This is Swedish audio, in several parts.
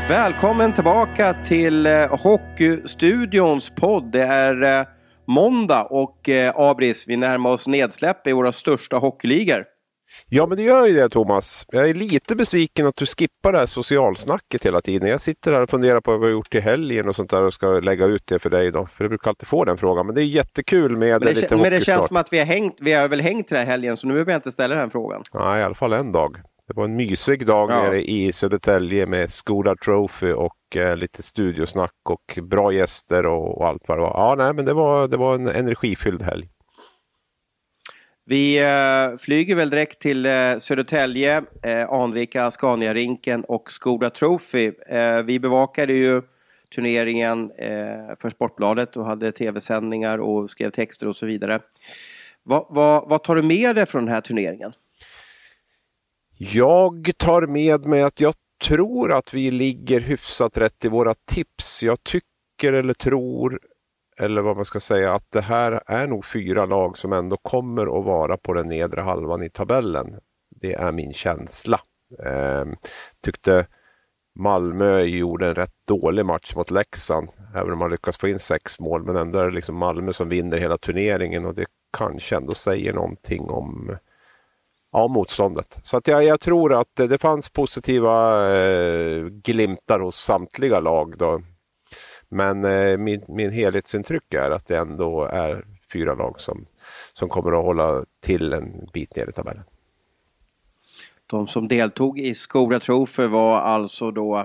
Välkommen tillbaka till Hockeystudions podd. Det är måndag och Abris, vi närmar oss nedsläpp i våra största hockeyligor. Ja, men det gör ju det, Thomas. Jag är lite besviken att du skippar det här socialsnacket hela tiden. Jag sitter här och funderar på vad jag har gjort i helgen och sånt där och ska lägga ut det för dig då. För jag brukar alltid få den frågan. Men det är jättekul med lite hockeystart. Men det känns som att vi har väl hängt den här helgen, så nu behöver jag inte ställa den frågan. Nej, i alla fall en dag. Det var en mysig dag nere i Södertälje med Skoda Trophy och lite studiosnack och bra gäster och allt vad det var. Ja, nej, men det var en energifylld helg. Vi flyger väl direkt till Södertälje, anrika Scania-rinken och Skoda Trophy. Vi bevakade ju turneringen för Sportbladet och hade tv-sändningar och skrev texter och så vidare. Vad tar du med dig från den här turneringen? Jag tar med mig att jag tror att vi ligger hyfsat rätt i våra tips. Jag tycker eller tror, eller vad man ska säga, att det här är nog 4 lag som ändå kommer att vara på den nedre halvan i tabellen. Det är min känsla. Tyckte Malmö gjorde en rätt dålig match mot Leksand, även om man lyckas få in 6 mål, men ändå är det liksom Malmö som vinner hela turneringen och det kanske ändå säger någonting om motståndet. Så att jag tror att det fanns positiva glimtar hos samtliga lag då. Men min helhetsintryck är att det ändå är 4 lag som kommer att hålla till en bit ner i tabellen. De som deltog i Skoda Trophy var alltså då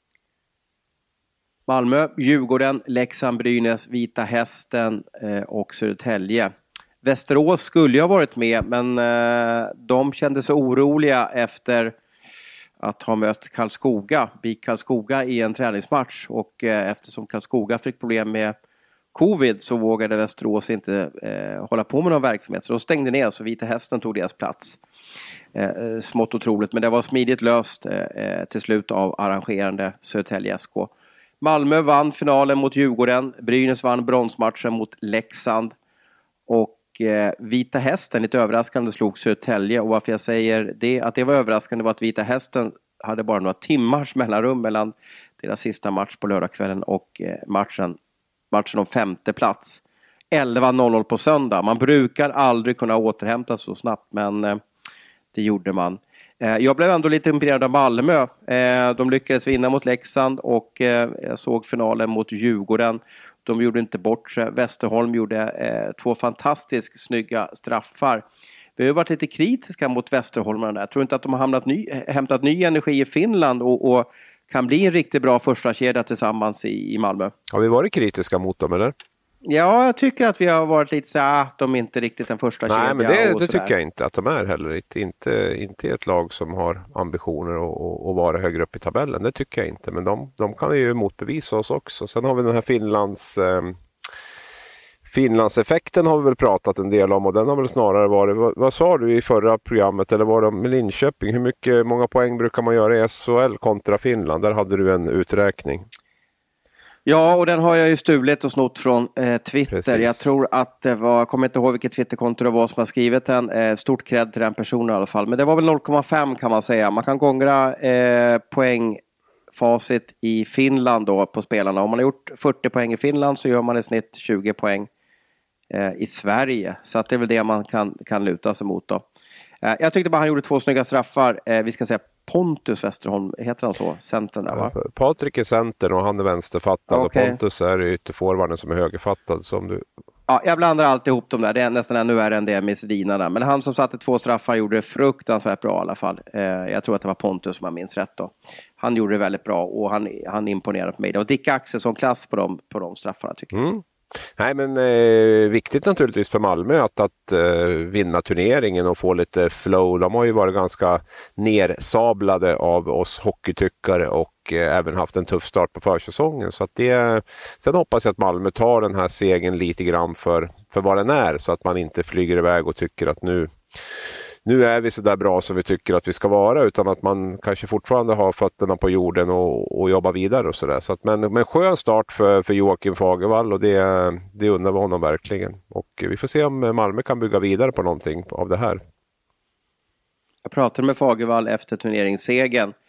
Malmö, Djurgården, Leksand, Brynäs, Vita Hästen och Södertälje. Västerås skulle ju ha varit med, men de kände sig oroliga efter att ha mött Karlskoga i en träningsmatch, och eftersom Karlskoga fick problem med covid så vågade Västerås inte hålla på med någon verksamhet, så de stängde ner, så Vita Hästen tog deras plats. Smått otroligt, men det var smidigt löst till slut av arrangerande Södertälje SK. Malmö vann finalen mot Djurgården, Brynäs vann bronsmatchen mot Leksand och Vita Hästen lite överraskande slog Södertälje. Och varför jag säger det, att det var överraskande, var att Vita Hästen hade bara några timmars mellanrum mellan deras sista match på lördagskvällen och matchen om 5:e plats. 11:00 på söndag. Man brukar aldrig kunna återhämta så snabbt, men det gjorde man. Jag blev ändå lite imponerad av Malmö. De lyckades vinna mot Leksand och jag såg finalen mot Djurgården. De gjorde inte bort sig. Westerholm gjorde 2 fantastiskt snygga straffar. Vi har varit lite kritiska mot Westerholmarna. Jag tror inte att de har hämtat ny energi i Finland och kan bli en riktigt bra första kedja tillsammans i Malmö. Har vi varit kritiska mot dem, eller? Ja, jag tycker att vi har varit lite så att de inte riktigt den första kedjan. Nej, men det tycker jag inte att de är heller. Inte ett lag som har ambitioner att vara högre upp i tabellen. Det tycker jag inte. Men de kan ju motbevisa oss också. Sen har vi den här Finlandseffekten har vi väl pratat en del om, och den har väl snarare varit, vad sa du i förra programmet, eller var det med Linköping? Många poäng brukar man göra i SHL kontra Finland? Där hade du en uträkning. Ja, och den har jag ju stulit och snott från Twitter. Precis. Jag tror att det var, jag kommer inte ihåg vilket Twitterkonto det var som har skrivit den. Stort cred till den personen i alla fall. Men det var väl 0,5 kan man säga. Man kan gångra poängfacit i Finland då på spelarna. Om man har gjort 40 poäng i Finland så gör man i snitt 20 poäng i Sverige. Så att det är väl det man kan luta sig mot då. Jag tyckte bara han gjorde 2 snygga straffar. Vi ska säga Pontus Westerholm, heter han så? Centern där, va? Patrik är center och han är vänsterfattad. Okay. Och Pontus är ytterforwarden som är högerfattad. Ja, jag blandar alltid ihop dem där. Det är nästan ännu värre än det med Sedina där. Men han som satte 2 straffar gjorde det fruktansvärt bra i alla fall. Jag tror att det var Pontus som jag minns rätt då. Han gjorde det väldigt bra och han imponerade på mig. Det var Dick Axelsson-klass på de straffarna tycker jag. Nej, men viktigt naturligtvis för Malmö att vinna turneringen och få lite flow. De har ju varit ganska nersablade av oss hockeytyckare och även haft en tuff start på försäsongen. Så att sen hoppas jag att Malmö tar den här segern lite grann för vad den är, så att man inte flyger iväg och tycker att nu är vi så där bra som vi tycker att vi ska vara, utan att man kanske fortfarande har fötterna på jorden och jobbar vidare och sådär. Så att, men skön start för Joakim Fagervall, och det undrar vi honom verkligen. Och vi får se om Malmö kan bygga vidare på någonting av det här. Jag pratade med Fagervall efter turneringssegern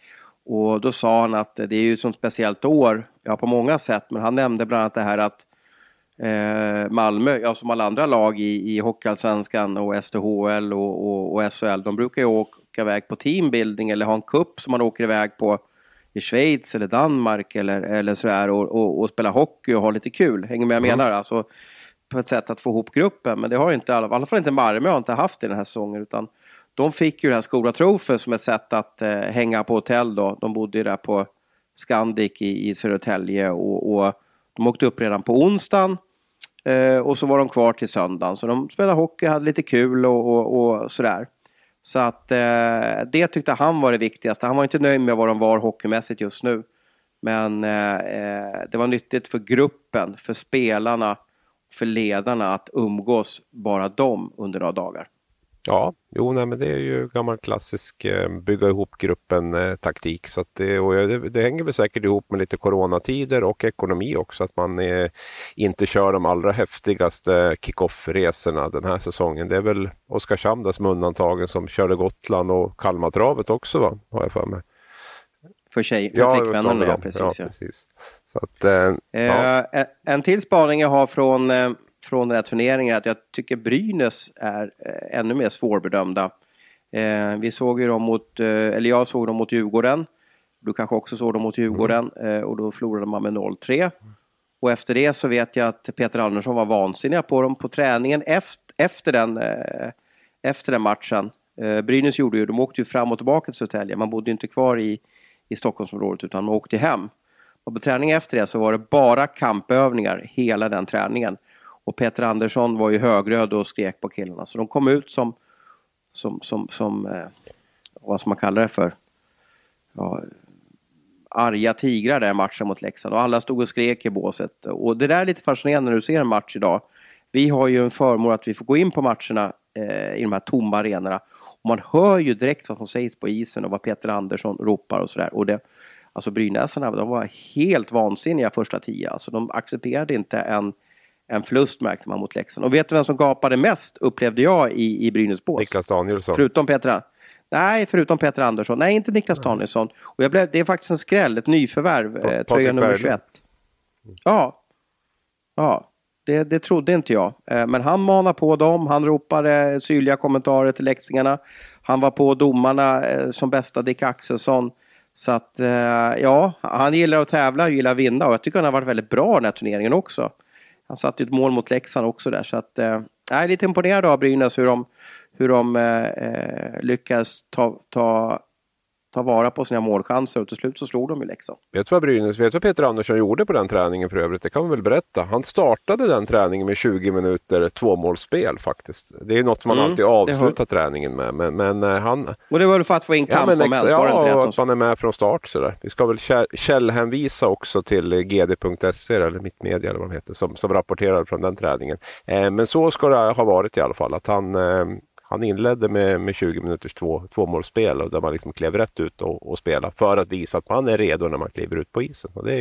Och då sa han att det är ju ett sånt speciellt år, ja på många sätt, men han nämnde bland annat det här att Malmö, ja som alla andra lag i Hockeyallsvenskan och SDHL och SHL, de brukar ju åka iväg på teambuilding eller ha en cup som man åker iväg på i Schweiz eller Danmark eller sådär och spela hockey och ha lite kul. Hänger med jag menar? Alltså på ett sätt att få ihop gruppen. Men det har inte, i alla fall inte Malmö har inte haft det den här säsongen, utan de fick ju det här Skola Trophy som ett sätt att hänga på hotell då. De bodde ju där på Scandic i Södertälje och de åkte upp redan på onsdagen och så var de kvar till söndagen. Så de spelade hockey, hade lite kul och sådär. Så att det tyckte han var det viktigaste. Han var inte nöjd med vad de var hockeymässigt just nu. Men det var nyttigt för gruppen, för spelarna, för ledarna att umgås bara dem under några dagar. Ja, men det är ju gammal klassisk bygga ihop gruppen taktik. Så att det hänger väl säkert ihop med lite coronatider och ekonomi också. Att man inte kör de allra häftigaste kick-off-resorna den här säsongen. Det är väl Oskarshamn som undantagen som körde Gotland och Kalmartravet också, va? Har jag för mig. För flickvännerna, ja, precis. Ja. Precis. Så att, en till spaning jag har från den här turneringen är att jag tycker Brynäs är ännu mer svårbedömda. Vi såg ju dem jag såg dem mot Djurgården. Du kanske också såg dem mot Djurgården och då förlorade man med 0-3. Och efter det så vet jag att Peter Andersson var vansinnig på dem på träningen efter den matchen. Brynäs de åkte ju fram och tillbaka till Södertälje. Man bodde inte kvar i Stockholmsområdet utan man åkte hem. Och på träningen efter det så var det bara kampövningar hela den träningen. Och Peter Andersson var ju högröd och skrek på killarna. Så de kom ut som vad ska man kalla det för? Ja, arga tigrar där matchen mot Leksand. Och alla stod och skrek i båset. Och det där är lite fascinerande när du ser en match idag. Vi har ju en förmån att vi får gå in på matcherna i de här tomma arenorna. Och man hör ju direkt vad som sägs på isen och vad Peter Andersson ropar och sådär. Och alltså Brynäsarna, de var helt vansinniga första 10. Alltså de accepterade inte en förlust, märkte man, mot Leksand. Och vet du vem som gapade mest, upplevde jag i Brynäs bås? Niklas Danielsson. Förutom Peter Andersson. Nej, inte Niklas Danielsson. Och det är faktiskt en skräll, ett nyförvärv, tröja nummer 21. Ja. Det trodde inte jag. Men han manar på dem, han ropade syrliga kommentarer till leksingarna. Han var på domarna som bästa Dick Axelsson. Så att, han gillar att tävla och gillar att vinna. Och jag tycker han har varit väldigt bra i den här turneringen också. Han satte ett mål mot Leksand också där. Så att, jag är lite imponerad av Brynäs hur de lyckas ta vara på sina målchanser. Och till slut så slog de i Leksand. Vet du vad Peter Andersson gjorde på den träningen för övrigt? Det kan man väl berätta. Han startade den träningen med 20 minuter tvåmålsspel faktiskt. Det är något man alltid avslutar träningen med. Men han... Och det var för att få in kampmoment. Ja, att man är med från start. Sådär. Vi ska väl källhänvisa också till gd.se eller Mittmedia eller vad de heter som rapporterar från den träningen. Men så ska det ha varit i alla fall. Att han inledde med 20 minuters tvåmålsspel och där man liksom klev rätt ut och spela för att visa att man är redo när man kliver ut på isen. Och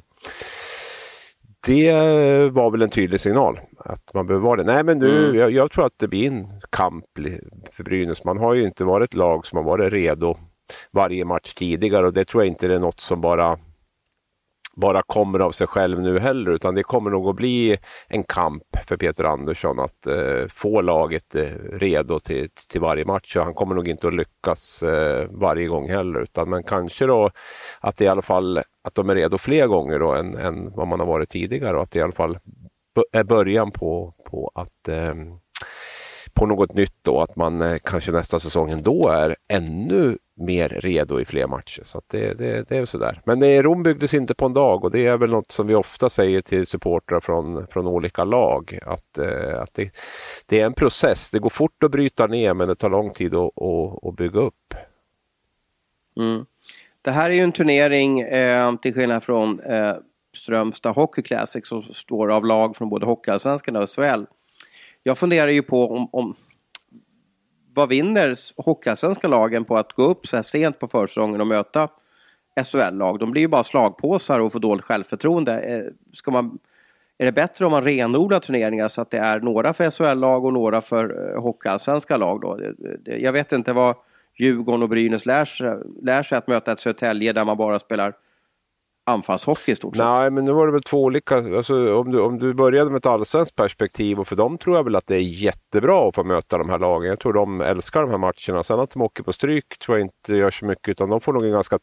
det var väl en tydlig signal att man behöver vara det. Nej, men jag tror att det blir en kamp för Brynäs. Man har ju inte varit ett lag som har varit redo varje match tidigare och det tror jag inte är något som bara kommer av sig själv nu heller, utan det kommer nog att bli en kamp för Peter Andersson att få laget redo till varje match, och han kommer nog inte att lyckas varje gång heller, utan men kanske då att i alla fall att de är redo fler gånger då än vad man har varit tidigare, och att det i alla fall är början på att på något nytt då, att man kanske nästa säsongen då är ännu mer redo i fler matcher. Så att det är sådär. Men Rom byggdes inte på en dag, och det är väl något som vi ofta säger till supportrar från olika lag. Att det är en process. Det går fort att bryta ner, men det tar lång tid att bygga upp. Mm. Det här är ju en turnering till skillnad från Strömstad Hockey Classic som står av lag från både Hockeyallsvenskan och SHL. Jag funderar ju på om vad vinner Hockeyallsvenska lagen på att gå upp så här sent på försäsongen och möta SHL-lag? De blir ju bara slagpåsar och får dåligt självförtroende. Är det bättre om man renodlar turneringar så att det är några för SHL-lag och några för Hockeyallsvenska lag då? Jag vet inte Djurgården och Brynäs lär sig att möta ett Södertälje där man bara spelar anfallshockey i stort sett. Nej, men nu var det väl två olika. Alltså, om du började med ett allsvenskt perspektiv, och för dem tror jag väl att det är jättebra att få möta de här lagen. Jag tror de älskar de här matcherna. Sen att de åker på stryk tror jag inte gör så mycket, utan de får nog en ganska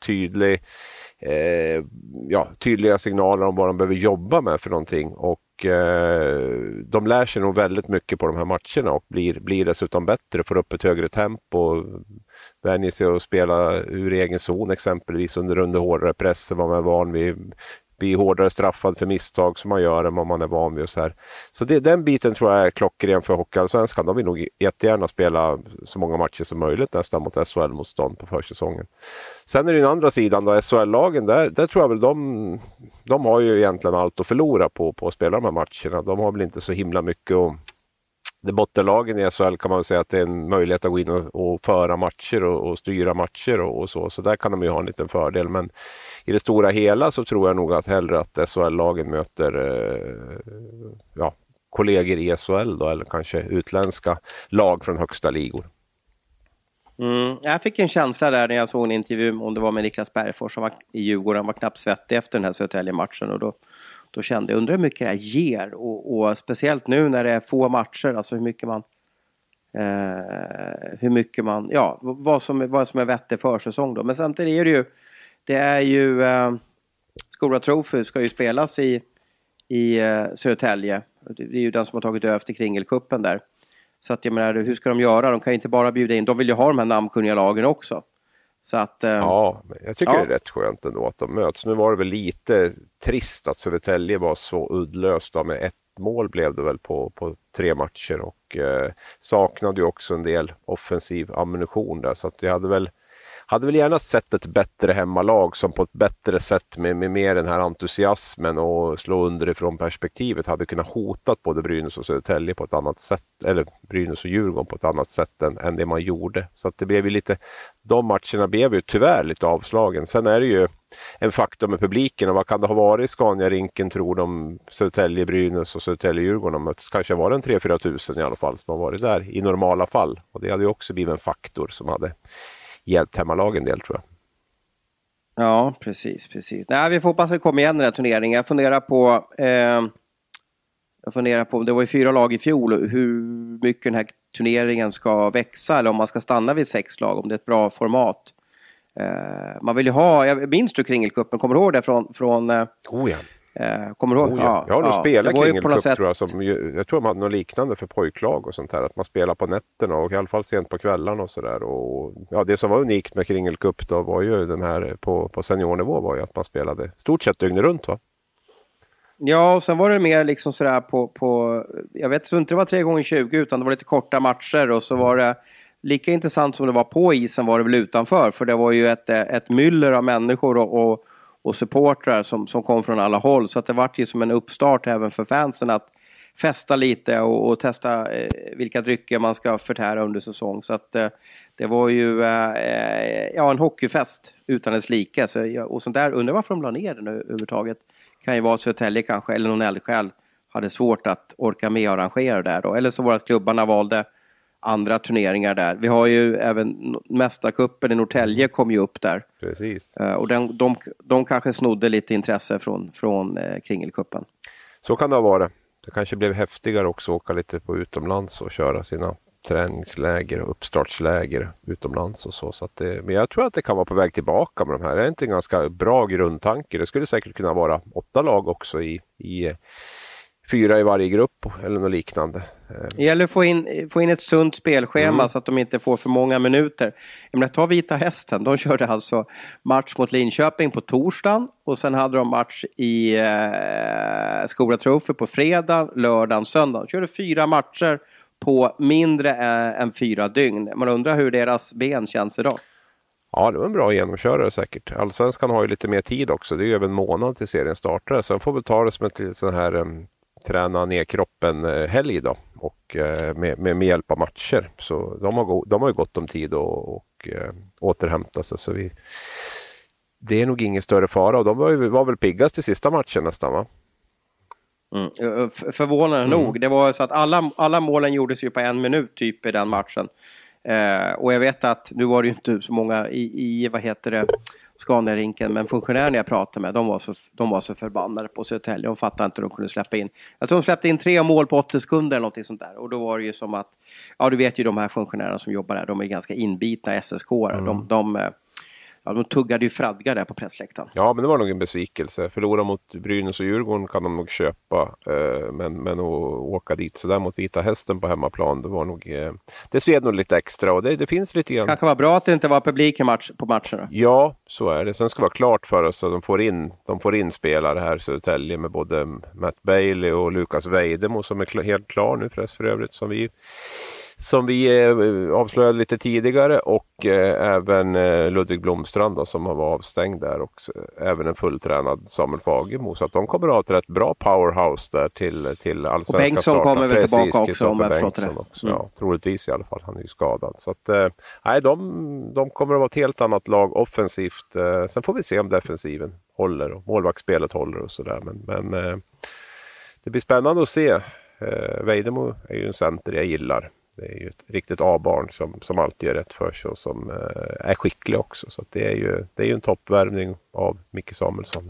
tydliga signaler om vad de behöver jobba med för någonting. Och de lär sig nog väldigt mycket på de här matcherna och blir dessutom bättre, får upp ett högre tempo, vänjer sig att spela ur egen zon exempelvis under hårdare press än vad man är van vid, blir hårdare straffad för misstag som man gör än vad man är van vid och så här. Så den biten tror jag är klockren för Hockeyallsvenskan. De vill nog jättegärna spela så många matcher som möjligt nästan mot SHL-motstånd på försäsongen. Sen är det den andra sidan då, SHL-lagen, där tror jag väl de har ju egentligen allt att förlora på att spela de här matcherna. De har väl inte så himla mycket och det bottenlagen i SHL kan man väl säga att det är en möjlighet att gå in och föra matcher och styra matcher och så. Så där kan de ju ha en liten fördel. Men i det stora hela så tror jag nog att hellre att SHL-lagen möter kollegor i SHL då, eller kanske utländska lag från högsta ligor. Jag fick en känsla där när jag såg en intervju, om det var med Niklas Bergfors som var i Djurgården. Han var knappt svettig efter den här Södertälje-matchen, och då kände jag, undrar hur mycket det här ger, och speciellt nu när det är få matcher, alltså vad som är vettig försäsong då. Men samtidigt är ju Stora Trophy ska ju spelas i Södertälje. Det är ju den som har tagit över till Kringelkuppen där. Så att jag menar, hur ska de göra? De kan ju inte bara bjuda in, de vill ju ha de här namnkunniga lagen också. Så att, ja, men jag tycker det är rätt skönt ändå att de möts. Nu var det väl lite trist att Södertälje var så uddlöst då, med ett mål blev det väl på 3 matcher, och saknade ju också en del offensiv ammunition där, så att jag hade väl gärna sett ett bättre hemmalag som på ett bättre sätt med mer den här entusiasmen och slå underifrån perspektivet hade kunnat hotat både Brynäs och Södertälje på ett annat sätt, eller Brynäs och Djurgården på ett annat sätt än det man gjorde. Så att det blev ju lite, de matcherna blev ju tyvärr lite avslagen. Sen är det ju en faktor med publiken, och vad kan det ha varit i Scania-rinken tror de, Södertälje, Brynäs och Södertälje, Djurgården, att kanske var det en 3-4 tusen i alla fall som har varit där i normala fall, och det hade ju också blivit en faktor som hade hjälpt hemmalagen en del, tror jag. Ja, precis. Nej, vi får hoppas att det kommer igen den här turneringen. Jag funderar på, det var ju 4 lag i fjol, hur mycket den här turneringen ska växa, eller om man ska stanna vid 6 lag, om det är ett bra format. Man vill ju ha, jag minns du Kringelkuppen, kommer du ihåg det från ja. Kommer du ihåg? Ja. Jag har nog spelat Kringelcup, sätt... tror jag. Jag tror man har något liknande för pojklag och sånt här. Att man spelar på nätterna och i alla fall sent på kvällarna och sådär. Och ja, det som var unikt med Kringelcup då var ju den här på seniornivå var ju att man spelade stort sett dygnet runt, va? Ja, och sen var det mer liksom sådär på jag vet inte, det var 3x20, utan det var lite korta matcher, och så var det lika intressant som det var på isen var det väl utanför, för det var ju ett myller av människor och supportrar som kom från alla håll, så att det var ju som en uppstart även för fansen att festa lite och testa vilka drycker man ska förtära under säsong. Så att det var ju en hockeyfest utan dess like. Och sånt där, undrar varför de la ner den överhuvudtaget. Kan ju vara Södertälje kanske, eller någon eldsjäl hade svårt att orka med och arrangera där då. Eller så var det att klubbarna valde andra turneringar där. Vi har ju även Mästarkuppen i Norrtälje kom ju upp där. Precis. Och de kanske snodde lite intresse från Kringelkuppen. Så kan det ha varit. Det kanske blev häftigare också att åka lite på utomlands och köra sina träningsläger och uppstartsläger utomlands och så. Så att men jag tror att det kan vara på väg tillbaka med de här. Det är inte en ganska bra grundtanke. Det skulle säkert kunna vara 8 lag också i 4 i varje grupp eller något liknande. Det gäller att få in ett sunt spelschema så att de inte får för många minuter. Jag menar, ta Vita Hästen. De körde alltså match mot Linköping på torsdagen, och sen hade de match i Stora Trophy på fredag, lördagen, söndag. De körde 4 matcher på mindre än 4 dygn. Man undrar hur deras ben känns idag. Ja, det var en bra genomkörare säkert. Allsvenskan har ju lite mer tid också. Det är ju över en månad till serien startar. Så jag får väl ta det som ett sån här träna ner kroppen helg då. Och med hjälp av matcher. Så de har ju gott om tid och återhämta sig. Så det är nog ingen större fara. Och de var väl piggast i sista matchen nästan, va? Förvånande nog. Det var så att alla målen gjordes ju på 1 minut typ i den matchen. Och jag vet att nu var det ju inte så många i vad heter det, Scania-rinken, men funktionärerna jag pratade med, de var så förbannade på Södertälje. De fattade inte hur de kunde släppa in. Jag tror de släppte in 3 mål på 80 sekunder eller någonting sånt där. Och då var det ju som att, ja du vet ju de här funktionärerna som jobbar där, de är ganska inbitna SSK-are. De tuggade ju fradga där på pressläktaren. Ja, men det var nog en besvikelse. Förlora mot Brynäs och Djurgården kan de nog köpa. Men att åka dit så där mot Vita Hästen på hemmaplan, det var nog... det sved nog lite extra och det finns lite grann. Kanske var bra att det inte var publik på matcherna. Ja, så är det. Sen ska det vara klart för oss att de får in spelare här i Södertälje med både Matt Bailey och Lukas Vejdemo som är helt klar nu för övrigt som vi avslöjade lite tidigare och även Ludvig Blomstrand då, som har varit avstängd där och även en fulltränad Samuel Fagemo, så att de kommer att ha ett rätt bra powerhouse där till allsvenska. Och Bengtsson kommer väl tillbaka också om jag förstått det. Också, ja, troligtvis i alla fall, han är ju skadad. Så att nej, de kommer att vara ett helt annat lag offensivt. Sen får vi se om defensiven håller och målvaktsspelet håller och sådär. Men det blir spännande att se. Vejdemo är ju en center jag gillar. Det är ju ett riktigt A-barn som alltid är rätt för sig och som är skicklig också. Så att det är ju en toppvärvning av Micke Samuelsson.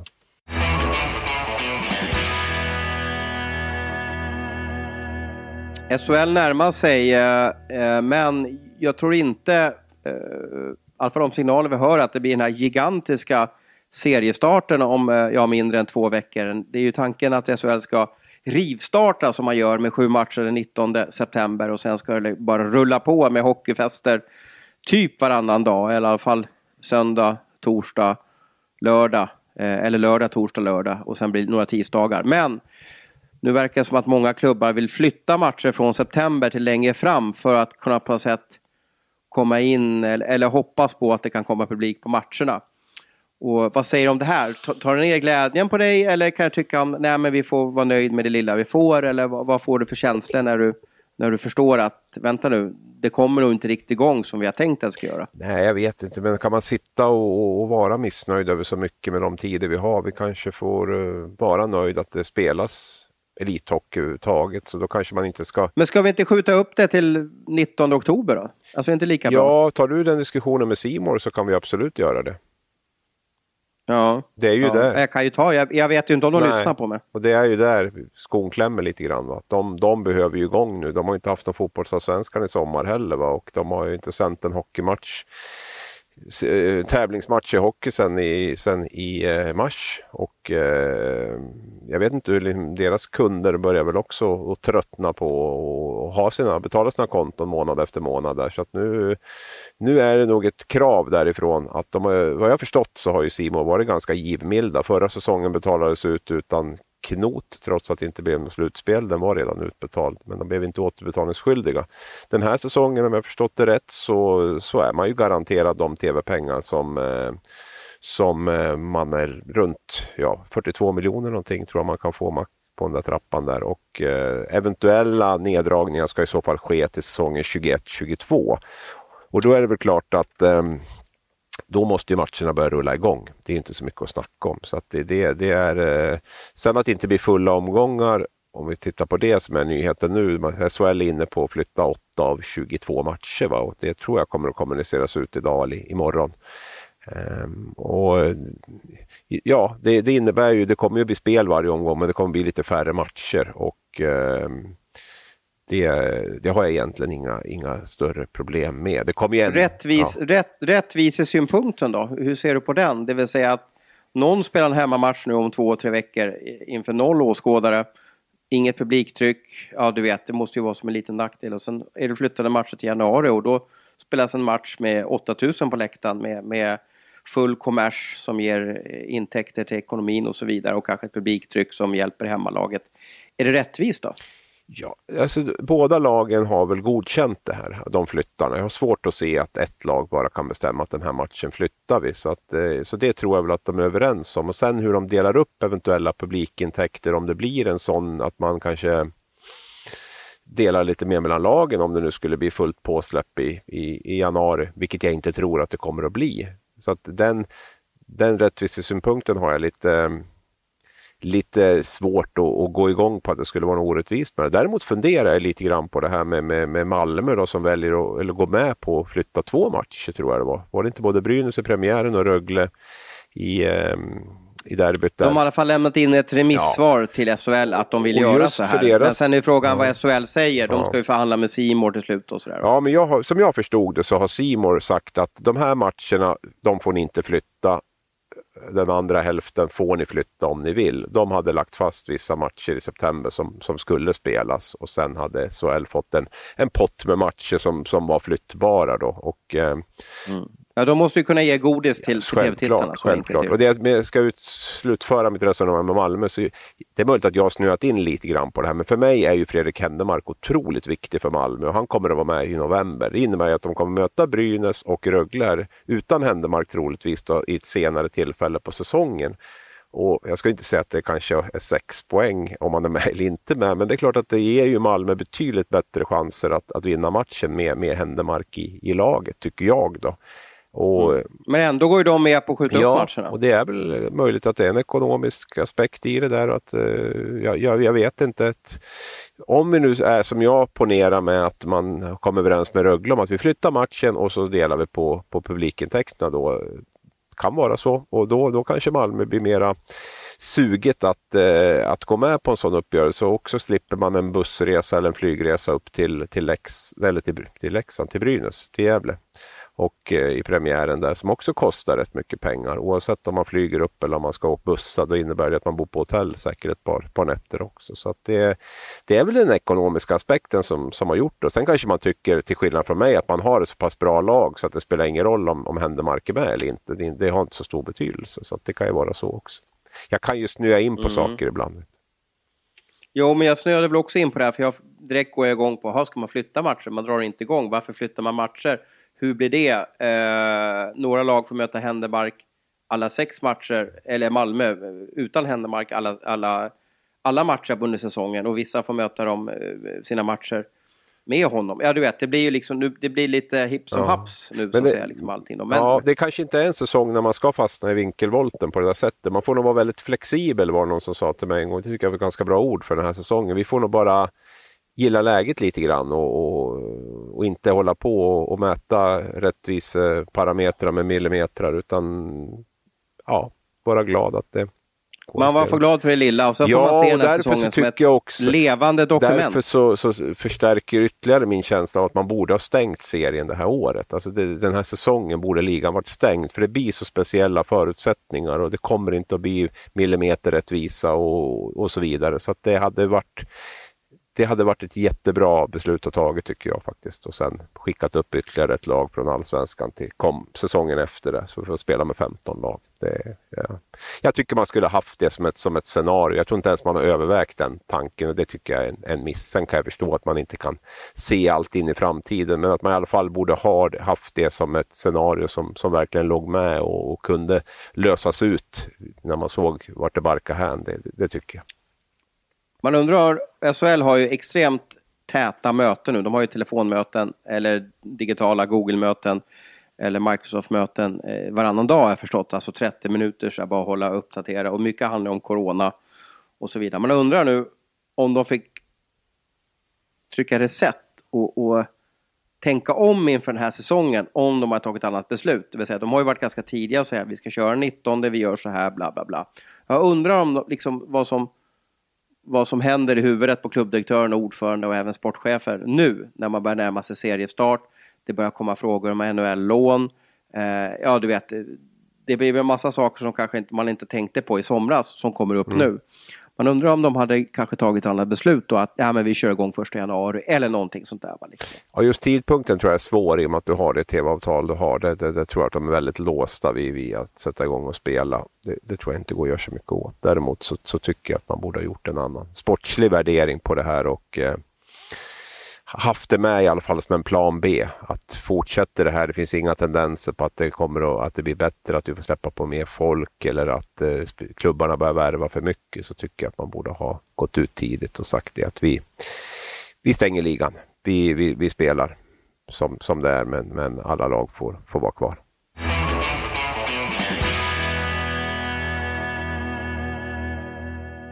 SHL närmar sig, men jag tror inte, i alla fall de signaler vi hör, att det blir den här gigantiska seriestarten om mindre än 2 veckor. Det är ju tanken att SHL ska rivstarta som man gör med 7 matcher den 19 september och sen ska det bara rulla på med hockeyfester typ varannan dag, eller i alla fall söndag, torsdag, lördag eller lördag, torsdag, lördag och sen blir det några tisdagar. Men nu verkar det som att många klubbar vill flytta matcher från september till längre fram för att kunna på något sätt komma in eller hoppas på att det kan komma publik på matcherna. Och vad säger du om det här? Tar det ner glädjen på dig eller kan jag tycka nej men vi får vara nöjd med det lilla vi får, eller vad får du för känslor när du förstår att vänta nu, det kommer nog inte riktigt igång som vi har tänkt att det ska göra? Nej, jag vet inte, men kan man sitta och vara missnöjd över så mycket med de tider vi har? Vi kanske får vara nöjd att det spelas elithockey överhuvudtaget, så då kanske man inte ska... Men ska vi inte skjuta upp det till 19 oktober då? Alltså inte lika bra? Ja, tar du den diskussionen med Simor så kan vi absolut göra det. Ja, det är ju det. Jag kan ju jag vet ju inte om de lyssnar på mig. Och det är ju där skon klämmer lite grann. Va? De behöver ju igång nu. De har inte haft någon fotbollsallsvenskan i sommar heller. Va? Och de har ju inte sänt en hockeymatch, tävlingsmatch i hockey sen i mars. Och jag vet inte hur deras kunder börjar väl också att tröttna på att betala sina konton månad efter månad där. Så att nu är det nog ett krav därifrån att vad jag förstått så har ju Simon varit ganska givmilda. Förra säsongen betalades ut utan knot trots att det inte blev något slutspel. Den var redan utbetald men de blev inte återbetalningsskyldiga. Den här säsongen, om jag förstått det rätt, så är man ju garanterad de tv-pengar som man är runt 42 miljoner någonting tror jag man kan få på den där trappan där, och eventuella neddragningar ska i så fall ske till säsongen 21-22. Och då är det väl klart att då måste ju matcherna börja rulla igång. Det är inte så mycket att snacka om. Så att det är sen att det inte blir fulla omgångar, om vi tittar på det som är nyheten nu. SHL är inne på att flytta 8 av 22 matcher. Va? Och det tror jag kommer att kommuniceras ut idag eller imorgon. Och ja, det innebär ju, det kommer ju bli spel varje omgång, men det kommer bli lite färre matcher och det har jag egentligen inga större problem med. Det kommer igen. Rättvisesynpunkten då, hur ser du på den? Det vill säga att någon spelar en hemmamatch nu om 2-3 veckor inför 0 åskådare, inget publiktryck, ja du vet, det måste ju vara som en liten nackdel, och sen är det flyttade matcher till januari och då spelas en match med 8000 på läktaren med full kommers som ger intäkter till ekonomin och så vidare, och kanske ett publiktryck som hjälper hemmalaget. Är det rättvist då? Ja, alltså båda lagen har väl godkänt det här, de flyttarna. Jag har svårt att se att ett lag bara kan bestämma att den här matchen flyttar vi. Så det tror jag väl att de är överens om. Och sen hur de delar upp eventuella publikintäkter, om det blir en sån att man kanske delar lite mer mellan lagen om det nu skulle bli fullt påsläpp i januari, vilket jag inte tror att det kommer att bli. Så att den rättvisesynpunkten har jag lite svårt att gå igång på att det skulle vara något orättvist med det. Däremot funderar jag lite grann på det här med Malmö då, som väljer att gå med på att flytta 2 matcher, tror jag det var. Var det inte både Brynäs i premiären och Rögle i derbyt där? De har i alla fall lämnat in ett remissvar till SHL att de vill göra så här. Men sen är frågan vad SHL säger. De ska ju förhandla med C More till slut och sådär. Ja, men som jag förstod det så har C More sagt att de här matcherna, de får ni inte flytta. Den andra hälften får ni flytta om ni vill. De hade lagt fast vissa matcher i september som skulle spelas, och sen hade SHL fått en pott med matcher som var flyttbara då. Och, Ja, de måste ju kunna ge godis till tv-tittarna. Självklart. Och det jag ska slutföra mitt resonemang med Malmö, så det är möjligt att jag har snöat in lite grann på det här, men för mig är ju Fredrik Händemark otroligt viktig för Malmö, och han kommer att vara med i november. Det innebär att de kommer möta Brynäs och Rögle här, utan Händemark troligtvis då, i ett senare tillfälle på säsongen. Och jag ska inte säga att det kanske är 6 poäng om man är med eller inte med, men det är klart att det ger ju Malmö betydligt bättre chanser att vinna matchen med Händemark i laget, tycker jag då. Men ändå går ju de med på att skjuta upp matcherna. Och det är väl möjligt att det är en ekonomisk aspekt i det där. Att, jag vet inte. Om vi nu är som jag ponerar med att man kommer överens med Rögle om att vi flyttar matchen och så delar vi på publikintäkterna, då kan vara så. Och då kanske Malmö blir mera suget att gå med på en sån uppgörelse, och också slipper man en bussresa eller en flygresa upp till Leksand, till Brynäs, till Gävle. Och i premiären där, som också kostar rätt mycket pengar. Oavsett om man flyger upp eller om man ska åka bussa, då innebär det att man bor på hotell säkert ett par nätter också. Så att det är väl den ekonomiska aspekten som har gjort det. Och sen kanske man tycker, till skillnad från mig, att man har ett så pass bra lag så att det spelar ingen roll om Händemark är med eller inte. Det har inte så stor betydelse, så att det kan ju vara så också. Jag kan ju snöa in på saker ibland. Jo, men jag snöade väl också in på det här, för jag direkt går igång på, ska man flytta matcher? Man drar inte igång. Varför flyttar man matcher? Hur blir det? Några lag får möta Händemark alla 6 matcher, eller Malmö utan Händemark alla matcher under säsongen, och vissa får möta dem sina matcher med honom. Ja, du vet, det blir ju liksom, det blir lite hipp som haps nu, så att säga, liksom allting. Men, ja, det kanske inte är en säsong när man ska fastna i vinkelvolten på det där sättet. Man får nog vara väldigt flexibel, var någon som sa till mig en gång. Det tycker jag var ett ganska bra ord för den här säsongen. Vi får nog bara gilla läget lite grann och inte hålla på och mäta rättvisa parametrar med millimeter, utan vara glad att det man var för glad för det lilla, och så får man se den här säsongen som ett levande dokument. Därför så förstärker ytterligare min känsla av att man borde ha stängt serien det här året. Alltså den här säsongen borde ligan varit stängd, för det blir så speciella förutsättningar och det kommer inte att bli millimeterrättvisa och så vidare. Så att det hade varit ett jättebra beslut att taget, tycker jag faktiskt. Och sen skickat upp ytterligare ett lag från Allsvenskan till säsongen efter det. Så vi får spela med 15 lag. Jag tycker man skulle ha haft det som ett scenario. Jag tror inte ens man har övervägt den tanken, och det tycker jag är en miss. Sen kan jag förstå att man inte kan se allt in i framtiden, men att man i alla fall borde ha haft det som ett scenario som verkligen låg med och kunde lösas ut när man såg vart det barkade hän. Det tycker jag. Man undrar, SHL har ju extremt täta möten nu. De har ju telefonmöten eller digitala Google-möten eller Microsoft-möten varannan dag, har jag förstått. Alltså 30 minuter, så bara hålla uppdatera. Och mycket handlar om corona och så vidare. Man undrar nu om de fick trycka reset och tänka om inför den här säsongen, om de har tagit ett annat beslut. Det vill säga, de har ju varit ganska tidiga och säga vi ska köra 19, vi gör så här, bla bla bla. Jag undrar om liksom vad som händer i huvudet på klubbdirektören och ordförande och även sportchefer nu när man börjar närma sig seriestart. Det börjar komma frågor om NHL-lån. Ja, du vet, det blir en massa saker som kanske man inte tänkte på i somras som kommer upp nu. Man undrar om de hade kanske tagit ett annat beslut då, att men vi kör igång 1 januari eller någonting sånt där. Liksom. Ja, just tidpunkten tror jag är svår i och med att du har det tv-avtal du har. Det tror jag att de är väldigt låsta vid att sätta igång och spela. Det tror jag inte går att göra så mycket åt. Däremot så tycker jag att man borde ha gjort en annan sportslig värdering på det här och haft det med i alla fall som en plan B. Att fortsätta det här, det finns inga tendenser på att det kommer att det blir bättre, att du får släppa på mer folk eller att klubbarna börjar värva för mycket, så tycker jag att man borde ha gått ut tidigt och sagt det, att vi stänger ligan. Vi spelar som det är, men alla lag får vara kvar.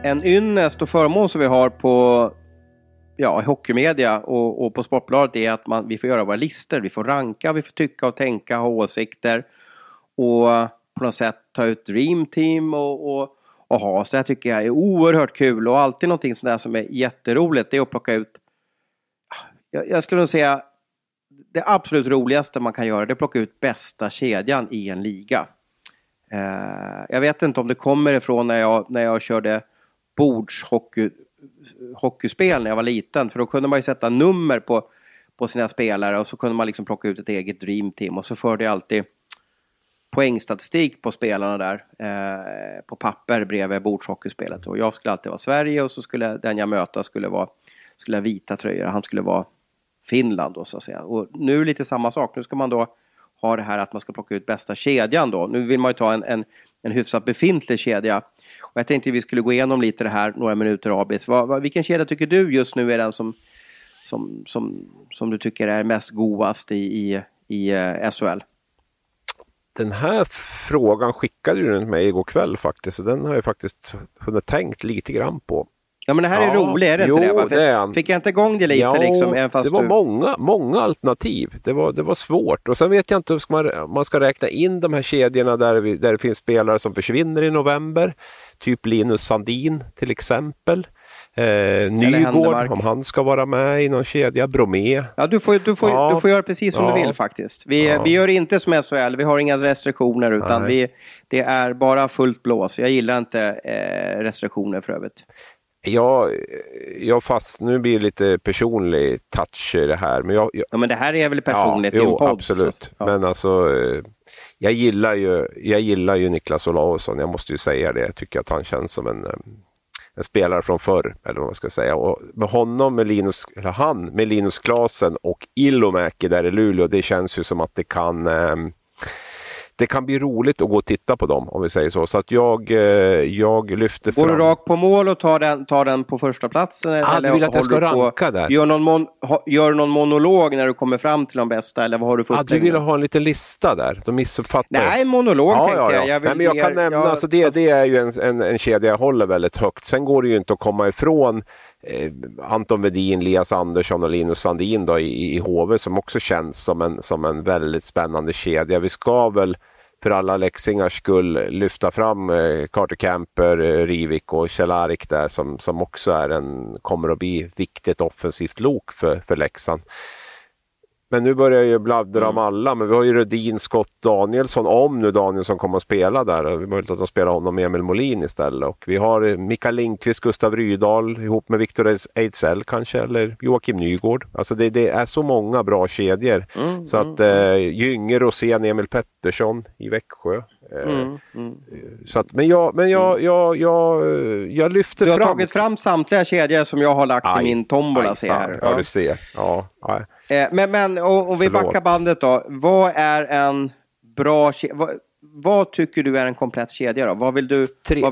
en ynnest och förmån som vi har på hockeymedia och på Sportbladet är att vi får göra våra listor. Vi får ranka, vi får tycka och tänka, ha åsikter och på något sätt ta ut Dream Team och ha. Så jag tycker jag är oerhört kul och alltid någonting sådär som är jätteroligt. Det är att plocka ut, jag skulle nog säga det absolut roligaste man kan göra, det är att plocka ut bästa kedjan i en liga. Jag vet inte om det kommer ifrån när jag körde bordshockeyspel när jag var liten. För då kunde man ju sätta nummer på sina spelare och så kunde man liksom plocka ut ett eget Dream Team. Och så förde jag alltid poängstatistik på spelarna där på papper bredvid bordshockeyspelet. Och jag skulle alltid vara Sverige och så skulle den jag möta skulle ha vita tröjor. Han skulle vara Finland då, så att säga. Och nu är lite samma sak. Nu ska man då ha det här att man ska plocka ut bästa kedjan då. Nu vill man ju ta en hyfsat befintlig kedja. Och jag tänkte vi skulle gå igenom lite det här några minuter, Abis. Vilken kedja tycker du just nu är den som du tycker är mest godast i SHL? Den här frågan skickade du till mig igår kväll faktiskt. Så den har jag faktiskt hunnit tänkt lite grann på. Ja, men det här är roligt, är det inte det? Va? Fick jag inte igång det lite liksom? Även fast det var många alternativ. Det var svårt. Och sen vet jag inte om man ska räkna in de här kedjorna där det finns spelare som försvinner i november. Typ Linus Sandin till exempel. Nygård, om han ska vara med i någon kedja. Bromé. Ja, du får göra precis som du vill faktiskt. Vi gör inte som SHL. Vi har inga restriktioner utan det är bara fullt blås. Jag gillar inte restriktioner för övrigt. Nu blir det lite personlig touch i det här. Men men det här är väl personligt i en podd. Absolut. Ja. Men alltså, jag gillar ju Niklas Olausson. Jag måste ju säga det. Jag tycker att han känns som en spelare från förr. Eller vad man ska säga. Och med honom, med Linus Klasen och Ilomäki där i Luleå. Det känns ju som att det kan bli roligt att gå och titta på dem, om vi säger så. Så att jag lyfter fram. Går du rakt på mål och tar den på första platsen? Eller du vill att jag ska ranka där? Gör någon monolog när du kommer fram till de bästa? Eller vad har du för du vill ha en liten lista där? De missuppfattar. Nej, monolog tänkte jag. Men jag kan nämna, alltså det är ju en kedja jag håller väldigt högt. Sen går det ju inte att komma ifrån Anton Wedin, Elias Andersson och Linus Sandin då i HV som också känns som en väldigt spännande kedja. Vi ska väl för alla Leksingars skull lyfta fram Carter Camper, Rivik och Kjellarik där som också kommer att bli viktigt offensivt lok för Leksand. Men nu börjar jag ju bladdra om alla, men vi har ju Rödin, Scott, Danielsson, om nu Danielsson kommer att spela där. Vi möjligt att de spelar honom med Emil Molin istället. Och vi har Mikael Lindqvist, Gustav Rydahl ihop med Victor Ejdsell kanske, eller Joakim Nygård. Alltså det är så många bra kedjor. Så att Gynge, Rosén, Emil Pettersson i Växjö. Så att, men jag lyfter fram. Du har tagit fram samtliga kedjor som jag har lagt i min tombola. Ja, du ser. Ja. Men om vi backar bandet då. Vad är en bra kedja? Vad tycker du är en komplett kedja då? Vad vill du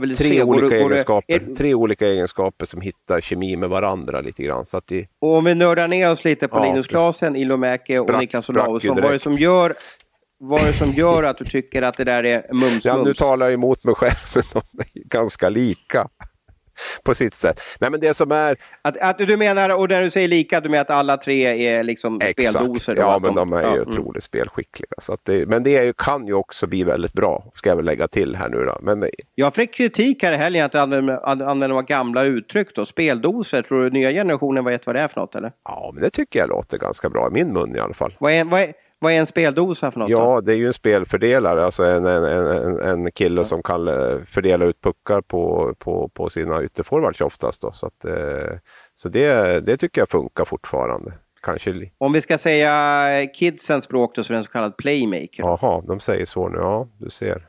Tre olika egenskaper som hittar kemi med varandra lite grann. Så att och om vi nördar ner oss lite på Linus Klasen, Ilomäki och Niklas Olausson. Vad är det som gör att du tycker att det där är mums? Ja, nu talar jag emot mig själv, men de är ganska lika på sitt sätt. Nej, men det som är... Att du menar, och när du säger lika, du menar att alla tre är liksom speldoser? Ja, men de är ju otroligt spelskickliga. Så att men det kan ju också bli väldigt bra, ska jag väl lägga till här nu då. Men... Jag fick kritik här i helgen att använda några gamla uttryck då. Speldoser, tror du nya generationen vet vad det är för något, eller? Ja, men det tycker jag låter ganska bra i min mun i alla fall. Vad är en speldosa för något? Ja, då? Det är ju en spelfördelare, alltså en kille som kan fördela ut puckar på sina ytterforwards oftast då. Så det tycker jag funkar fortfarande. Kanske... Om vi ska säga kidsens språk då, så är det en så kallad playmaker. Jaha, de säger så nu. Ja, du ser.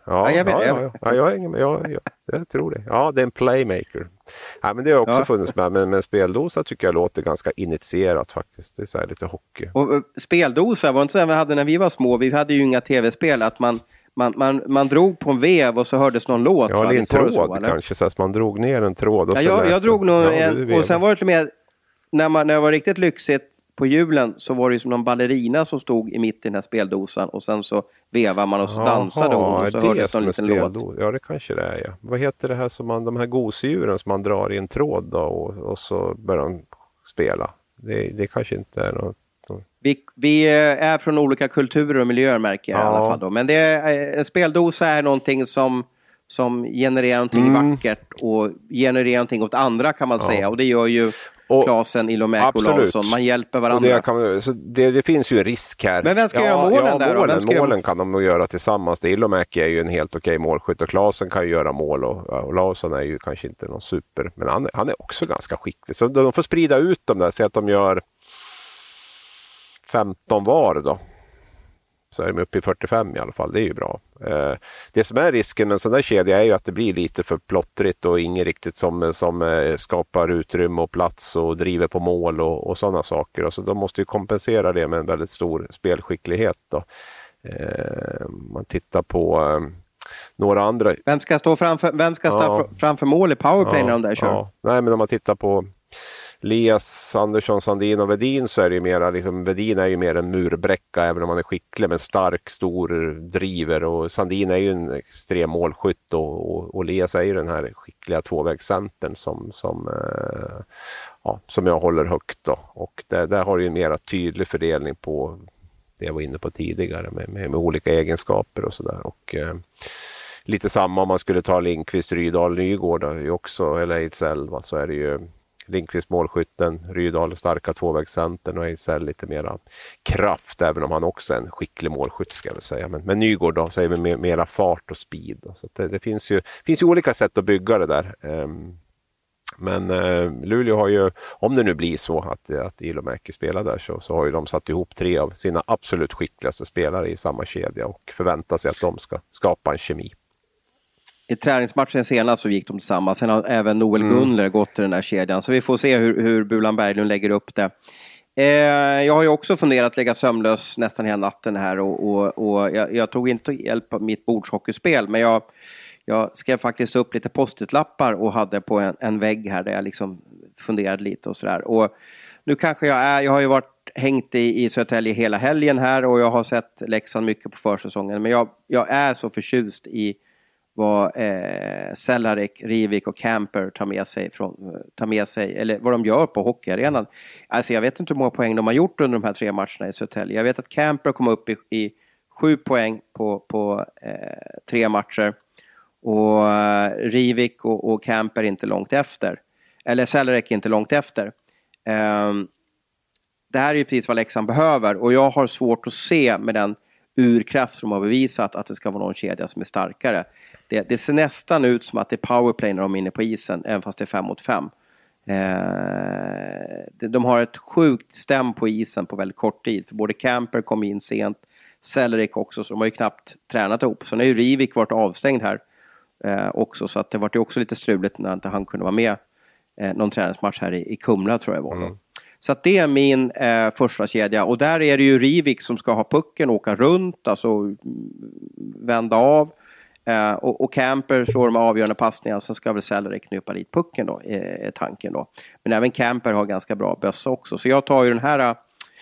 Jag tror det. Ja, det är en playmaker. Ja, men det har också funnits med. Men speldosa tycker jag låter ganska initierat faktiskt. Det är så här lite hockey. Och speldosa var inte så här vi hade när vi var små. Vi hade ju inga tv-spel att man drog på en vev och så hördes någon låt. Ja, en tråd kanske. Så att man drog ner en tråd. Och jag drog nog och sen var det lite mer när det var riktigt lyxigt på hjulen så var det ju som någon ballerina som stod i mitten i den här speldosan och sen så vevar man och så dansade hon och så hördes en liten låt. Ja, det kanske det är, ja. Vad heter det här som de här gosedjuren som man drar i en tråd då, och så börjar de spela? Det kanske inte är något. Vi är från olika kulturer och miljöer märker jag i alla fall då. Men en speldosa är någonting som genererar någonting vackert och genererar någonting åt andra kan man säga. Och det gör ju Klasen, Ilomäki och Larsson. Man hjälper varandra. Det finns ju en risk här. Men vem ska göra målen där? Målen kan de nog göra tillsammans. Ilomäki är ju en helt okej målskytt och Klasen kan ju göra mål och Larsson är ju kanske inte någon super. Men han är också ganska skicklig. Så de får sprida ut dem där. Så att de gör 15 var då. Så är de uppe i 45 i alla fall, det är ju bra. Det som är risken med en sån där kedja är ju att det blir lite för plottrigt och inget riktigt som skapar utrymme och plats och driver på mål och sådana saker. Och så de måste ju kompensera det med en väldigt stor spelskicklighet då. Man tittar på några andra. Vem ska stå framför mål i powerplay när de där kör? Ja. Nej, men om man tittar på Elias, Andersson, Sandin och Vedin så är det ju mera, liksom, Vedin är ju mer en murbräcka även om han är skicklig men stark, stor driver och Sandin är ju en extrem målskytt och Elias är ju den här skickliga tvåvägscentern som jag håller högt då. Och där har du ju en mera tydlig fördelning på det jag var inne på tidigare med olika egenskaper och sådär och lite samma om man skulle ta Lindqvist, Rydahl, Nygård också eller Ejdsell så är det ju Lindqvist målskytten, Rydahl starka tvåvägscentern och Ejdsell lite mera kraft även om han också är en skicklig målskytt ska jag väl säga. Men Nygård då säger vi mera fart och speed. Då. Så det finns ju olika sätt att bygga det där. Men Luleå har ju, om det nu blir så att Ilomäki spelar där så har ju de satt ihop 3 av sina absolut skickligaste spelare i samma kedja och förväntar sig att de ska skapa en kemi. I träningsmatchen senast så gick de tillsammans. Sen har även Noel Gunler gått till den här kedjan. Så vi får se hur Bulan Berglund lägger upp det. Jag har ju också funderat att lägga sömnlös nästan hela natten här. Och jag tog inte hjälp av mitt bordshockeyspel. Men jag skrev faktiskt upp lite post-it-lappar och hade på en vägg här där jag liksom funderade lite och sådär. Och nu kanske jag har ju hängt i Södertälje hela helgen här. Och jag har sett Leksand mycket på försäsongen. Men jag är så förtjust i vad Cehlarik, Rivik och Camper tar med sig eller vad de gör på hockeyarenan. Alltså jag vet inte hur många poäng de har gjort under de här 3 matcherna i Södertälje. Jag vet att Camper kom upp i 7 poäng på 3 matcher och Rivik och Camper inte långt efter. Eller Cehlarik inte långt efter. Det här är ju precis vad Leksand behöver och jag har svårt att se med den urkraft som har bevisat att det ska vara någon kedja som är starkare. Det ser nästan ut som att det är powerplay när de är inne på isen, även fast det är 5 mot 5. De har ett sjukt stäm på isen på väldigt kort tid. För både Camper kom in sent, Cehlarik också, så de har ju knappt tränat ihop. Så nu har ju Rivik varit avstängd här också, så att det var ju också lite struligt när inte han kunde vara med någon träningsmatch här i Kumla tror jag var. Så att det är min första kedja. Och där är det ju Rivik som ska ha pucken, åka runt, alltså vända av. Och Camper slår med avgörande passningar. Och sen ska väl Cehlarik knypa dit pucken då, är tanken då. Men även Camper har ganska bra bössa också. Så jag tar ju den här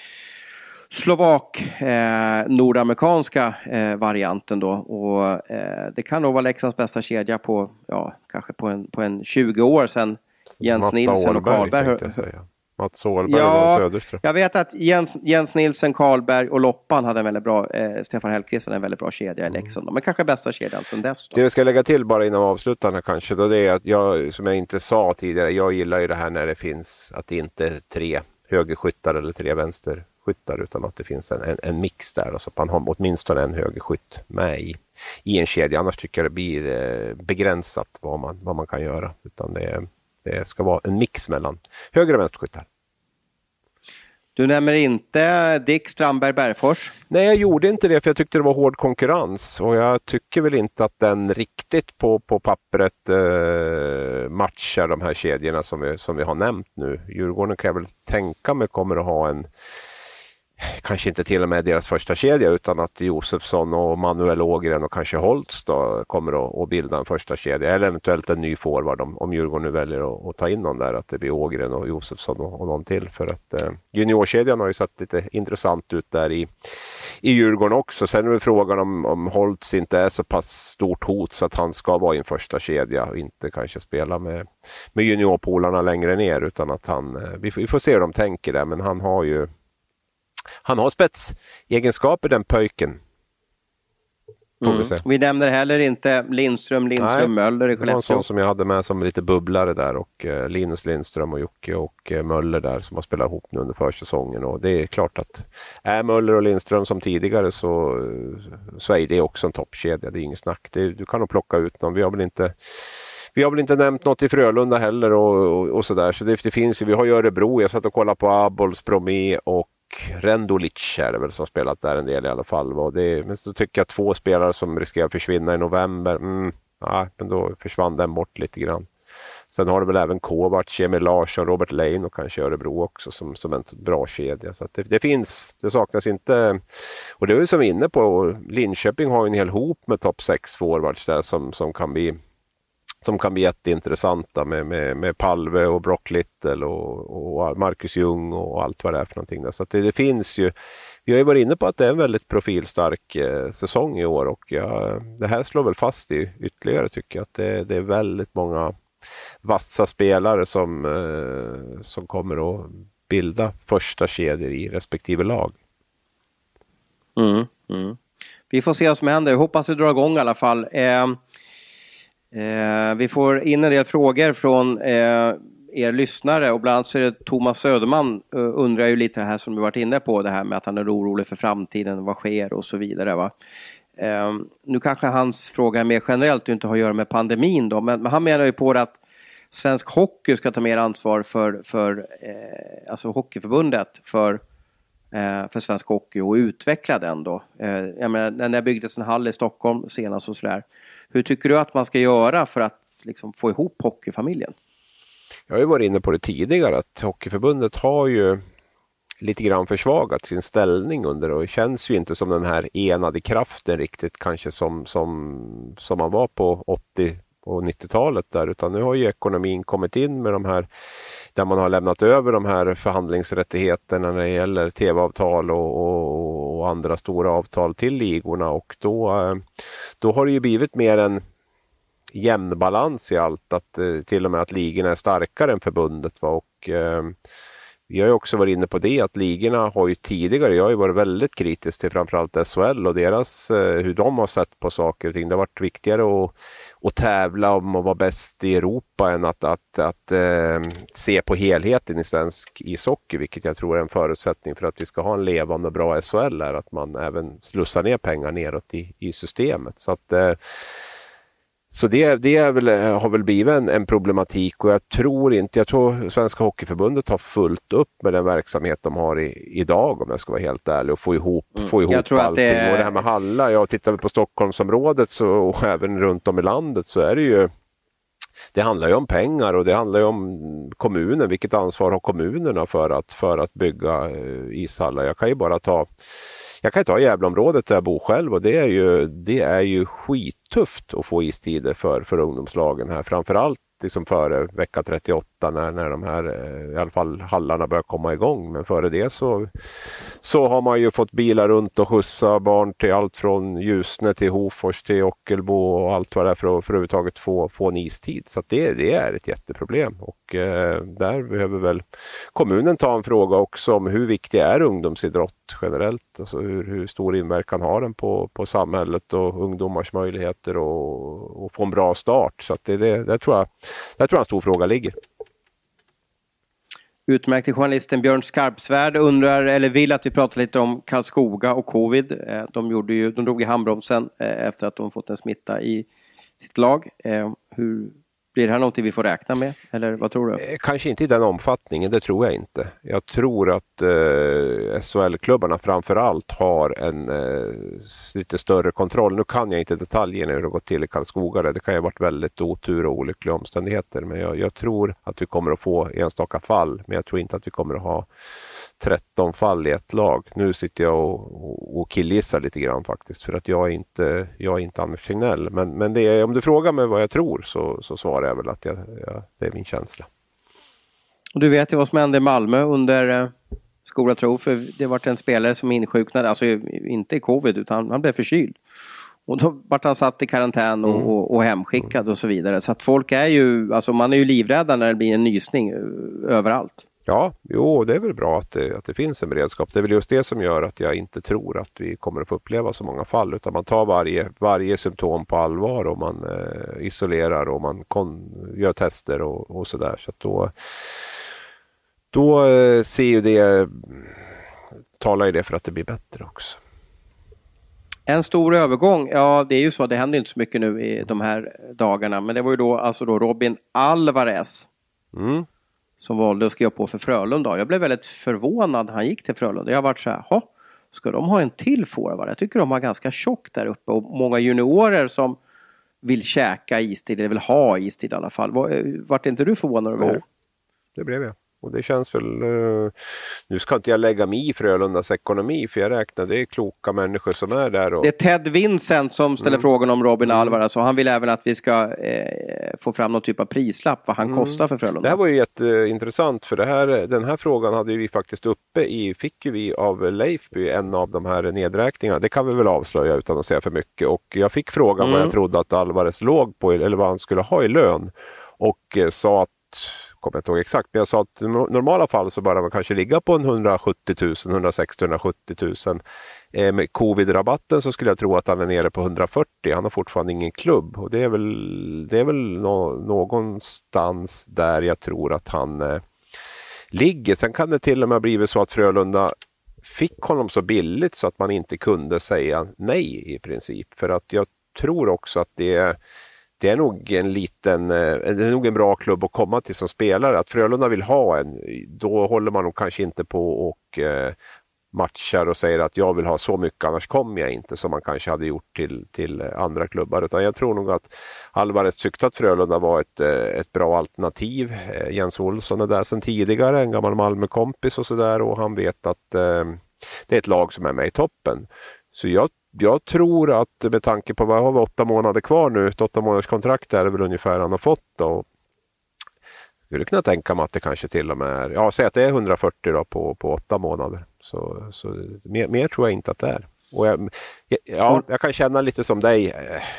nordamerikanska varianten då. Och det kan nog vara Leksands bästa kedja på, kanske på en 20 år sedan Jens Nilsson och Karlberg. Mats Åhlberg och Söderström. Jag vet att Jens Nilsson, Karlberg och Loppan hade en väldigt bra, Stefan Hellqvist hade en väldigt bra kedja i Leksand. Men kanske bästa kedjan sedan dess. Då. Det jag ska lägga till bara innan vi avslutar här kanske, då det är att jag, som jag inte sa tidigare, jag gillar ju det här när det finns, att det inte är 3 högerskyttar eller 3 vänsterskyttar, utan att det finns en mix där, så att man har åtminstone en högerskytt med i en kedja. Annars tycker jag det blir begränsat vad man kan göra, utan det ska vara en mix mellan höger- och vänsterskyttar. Du nämner inte Dick Strandberg Bergfors? Nej, jag gjorde inte det för jag tyckte det var hård konkurrens. Och jag tycker väl inte att den riktigt på pappret matchar de här kedjorna som vi har nämnt nu. Djurgården kan jag väl tänka mig kommer att ha kanske inte till och med deras första kedja, utan att Josefsson och Manuel Ågren och kanske Holtz då kommer att bilda en första kedja, eller eventuellt en ny forward om Djurgården nu väljer att ta in någon där, att det blir Ågren och Josefsson och någon till, för att juniorkedjan har ju sett lite intressant ut där i Djurgården också. Sen är det frågan om Holtz inte är så pass stort hot så att han ska vara i en första kedja och inte kanske spela med juniorpolarna längre ner, utan att vi får se hur de tänker där, men han har spetsegenskaper, den pöjken. Vi nämner heller inte Lindström, Möller i Skellefteå. Det var en sån som jag hade med som lite bubblare där, och Linus Lindström och Jocke och Möller där som har spelat ihop nu under försäsongen, och det är klart att är Möller och Lindström som tidigare så är det också en toppkedja, det är inget snack. Du kan nog plocka ut någon. Vi har väl inte nämnt något i Frölunda heller och sådär, så det finns ju, vi har ju Örebro, jag satt och kollade på Abols, Bromé och Rendulic är det väl som spelat där en del i alla fall. Men så tycker jag 2 spelare som riskerar att försvinna i november, men då försvann den bort lite grann. Sen har det väl även Kovac, Emil Larsson, Robert Lein och kanske Örebro också som en bra kedja. Så att det saknas inte. Och det är ju som vi är inne på, Linköping har en hel hop med topp 6 forwards där som kan bli jätteintressanta med Palve och Brock Little och Marcus Ljung och allt vad det är för någonting där. Så att det finns ju, vi har ju varit inne på att det är en väldigt profilstark säsong i år, och det här slår väl fast i ytterligare, tycker jag, att det är väldigt många vassa spelare som kommer att bilda första kedjor i respektive lag. Vi får se vad som händer. Jag hoppas det drar igång i alla fall. Vi får in en del frågor från er lyssnare, och bland annat så är det Thomas Söderman undrar ju lite det här som du varit inne på, det här med att han är orolig för framtiden, vad sker och så vidare, va? Nu kanske hans fråga är mer generellt och inte har att göra med pandemin då, men han menar ju på det att svensk hockey ska ta mer ansvar för alltså Hockeyförbundet för svensk hockey och utveckla den då. Jag menar, när det byggdes en hall i Stockholm senast och sådär. Hur tycker du att man ska göra för att liksom få ihop hockeyfamiljen? Jag har ju varit inne på det tidigare, att Hockeyförbundet har ju lite grann försvagat sin ställning under, och det känns ju inte som den här enade kraften riktigt kanske som man var på 80- och 90-talet där, utan nu har ju ekonomin kommit in med de här, där man har lämnat över de här förhandlingsrättigheterna när det gäller tv-avtal och andra stora avtal till ligorna, och då har det ju blivit mer en jämn balans i allt, att till och med att ligorna är starkare än förbundet, va? Och vi har ju också varit inne på det, att ligorna har ju tidigare, jag har ju varit väldigt kritisk till framförallt SHL och deras, hur de har sett på saker och ting. Det har varit viktigare att tävla om att vara bäst i Europa än att se på helheten i svensk ishockey, vilket jag tror är en förutsättning för att vi ska ha en levande och bra SHL, är att man även slussar ner pengar neråt i systemet. Så det har väl blivit en problematik, och jag tror Svenska Hockeyförbundet har fullt upp med den verksamhet de har idag, om jag ska vara helt ärlig, och få ihop allting. Och det här med hallar, tittar vi på Stockholmsområdet och även runt om i landet, så är det ju, det handlar ju om pengar, och det handlar ju om kommunen, vilket ansvar har kommunerna för att bygga ishallar. Jag kan ta Gävleområdet där jag bor själv, och det är ju skittufft att få istider för ungdomslagen här, framförallt liksom före vecka 38 när de här i alla fall hallarna börjar komma igång. Men före det så har man ju fått bilar runt och skjutsa barn till allt från Ljusne till Hofors till Ockelbo och allt vad det är för att överhuvudtaget få en istid. Så att det är ett jätteproblem, och där behöver väl kommunen ta en fråga också om hur viktig är ungdomsidrott generellt, alltså hur stor inverkan har den på samhället och ungdomars möjligheter och få en bra start. Så att där tror jag en stor fråga ligger. Utmärkte journalisten Björn Skarpsvärd undrar, eller vill att vi pratar lite om Karlskoga och covid. De drog i handbromsen efter att de fått en smitta i sitt lag. Hur Blir det här någonting vi får räkna med? Eller vad tror du? Kanske inte i den omfattningen, det tror jag inte. Jag tror att SHL-klubbarna framförallt har en lite större kontroll. Nu kan jag inte detaljerna hur det gått till i Karlskoga. Det kan ju ha varit väldigt otur och olyckliga omständigheter. Men jag tror att vi kommer att få enstaka fall. Men jag tror inte att vi kommer att ha 13 fall i ett lag. Nu sitter jag och killgissar lite grann faktiskt. För att jag är inte Anders Tegnell. Men det är, om du frågar mig vad jag tror så svarar jag väl att det är min känsla. Och du vet ju vad som hände i Malmö under Skola Tro. För det var en spelare som insjuknade. Alltså inte i covid utan han blev förkyld. Och då vart han satt i karantän och hemskickad och så vidare. Så att folk är ju, alltså man är ju livrädda när det blir en nysning överallt. Ja, det är väl bra att det finns en beredskap. Det är väl just det som gör att jag inte tror att vi kommer att få uppleva så många fall. Utan man tar varje symptom på allvar och man isolerar och man gör tester och sådär. Så att då ser ju det, talar ju det för att det blir bättre också. En stor övergång, ja det är ju så, det händer inte så mycket nu i de här dagarna. Men det var ju då Robin Alvarez. Som valde att skriva på för Frölunda. Jag blev väldigt förvånad när han gick till Frölunda. Jag har varit så här, ska de ha en till forward? Jag tycker de har ganska tjockt där uppe. Och många juniorer som vill käka istid, eller vill ha istid i alla fall. Vart inte du förvånad över det? Det blev jag. Och det känns väl, nu ska inte jag lägga mig i Frölundas ekonomi för jag räknar, det är kloka människor som är där. Och... Det är Ted Vincent som ställer frågan om Robin Alvarez och han vill även att vi ska få fram någon typ av prislapp, vad han kostar för Frölunda. Det här var ju jätteintressant för den här frågan hade vi faktiskt fick ju vi av Leifby, en av de här nedräkningarna. Det kan vi väl avslöja utan att säga för mycket. Och jag fick frågan vad jag trodde att Alvarez låg på eller vad han skulle ha i lön och sa att kommer jag inte ihåg exakt, men jag sa att i normala fall så bör man kanske ligga på en 170 000, 160 170 000. Med covid-rabatten så skulle jag tro att han är nere på 140. Han har fortfarande ingen klubb och det är väl någonstans där jag tror att han ligger. Sen kan det till och med bli så att Frölunda fick honom så billigt så att man inte kunde säga nej i princip. För att jag tror också att det är nog en bra klubb att komma till som spelare. Att Frölunda vill ha då håller man nog kanske inte på och matchar och säger att jag vill ha så mycket annars kommer jag inte, som man kanske hade gjort till andra klubbar. Utan jag tror nog att Alvarez tyckte att Frölunda var ett bra alternativ. Jens Olsson är där sedan tidigare, en gammal Malmö-kompis och sådär, och han vet att det är ett lag som är med i toppen. Så jag tror att med tanke på vad har vi 8 månader kvar nu, ett 8 månaders kontrakt är det väl ungefär han har fått då. Jag skulle kunna tänka mig att det kanske till och med är, säg att det är 140 då på 8 månader. Så mer tror jag inte att det är. Och jag kan känna lite som dig.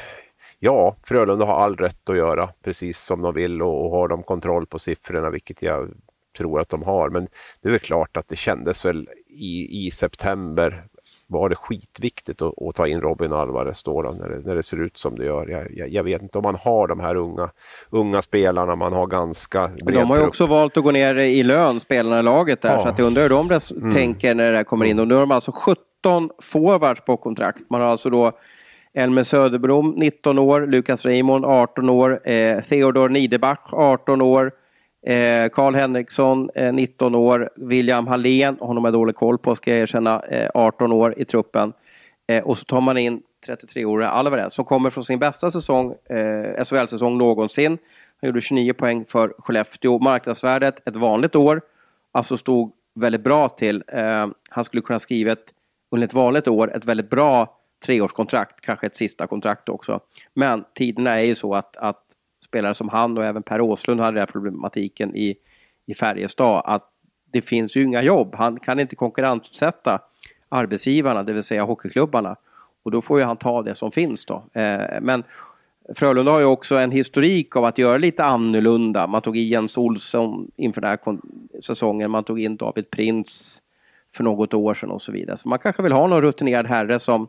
Ja, Frölunda har all rätt att göra precis som de vill och har de kontroll på siffrorna, vilket jag tror att de har. Men det är väl klart att det kändes väl i september var det skitviktigt att ta in Robin Alvarez då när det ser ut som det gör. Jag vet inte om man har de här unga spelarna, man har ganska bred. De har ju också valt att gå ner i lön, spelarna i laget där, så att jag undrar hur de tänker när det där kommer in. Och nu har de alltså 17 forwards på kontrakt. Man har alltså då Elmer Söderblom, 19 år, Lukas Raymond, 18 år, Theodor Niederbach, 18 år, Karl Henriksson, 19 år, William Hallén, honom är dålig koll på, ska jag erkänna, 18 år i truppen. Och så tar man in 33-åriga Alvarez som kommer från sin bästa säsong, SHL-säsong någonsin. Han gjorde 29 poäng för Skellefteå. Marknadsvärdet ett vanligt år, alltså stod väldigt bra till. Han skulle kunna skriva under ett vanligt år ett väldigt bra 3-årskontrakt, kanske ett sista kontrakt också. Men tiderna är ju så att spelare som han och även Per Åslund hade den här problematiken i Färjestad, att det finns ju inga jobb. Han kan inte konkurrensutsätta arbetsgivarna, det vill säga hockeyklubbarna. Och då får ju han ta det som finns då. Men Frölunda har ju också en historik av att göra lite annorlunda. Man tog in Jens Olsson inför den här säsongen. Man tog in David Prins för något år sedan och så vidare. Så man kanske vill ha någon rutinerad herre som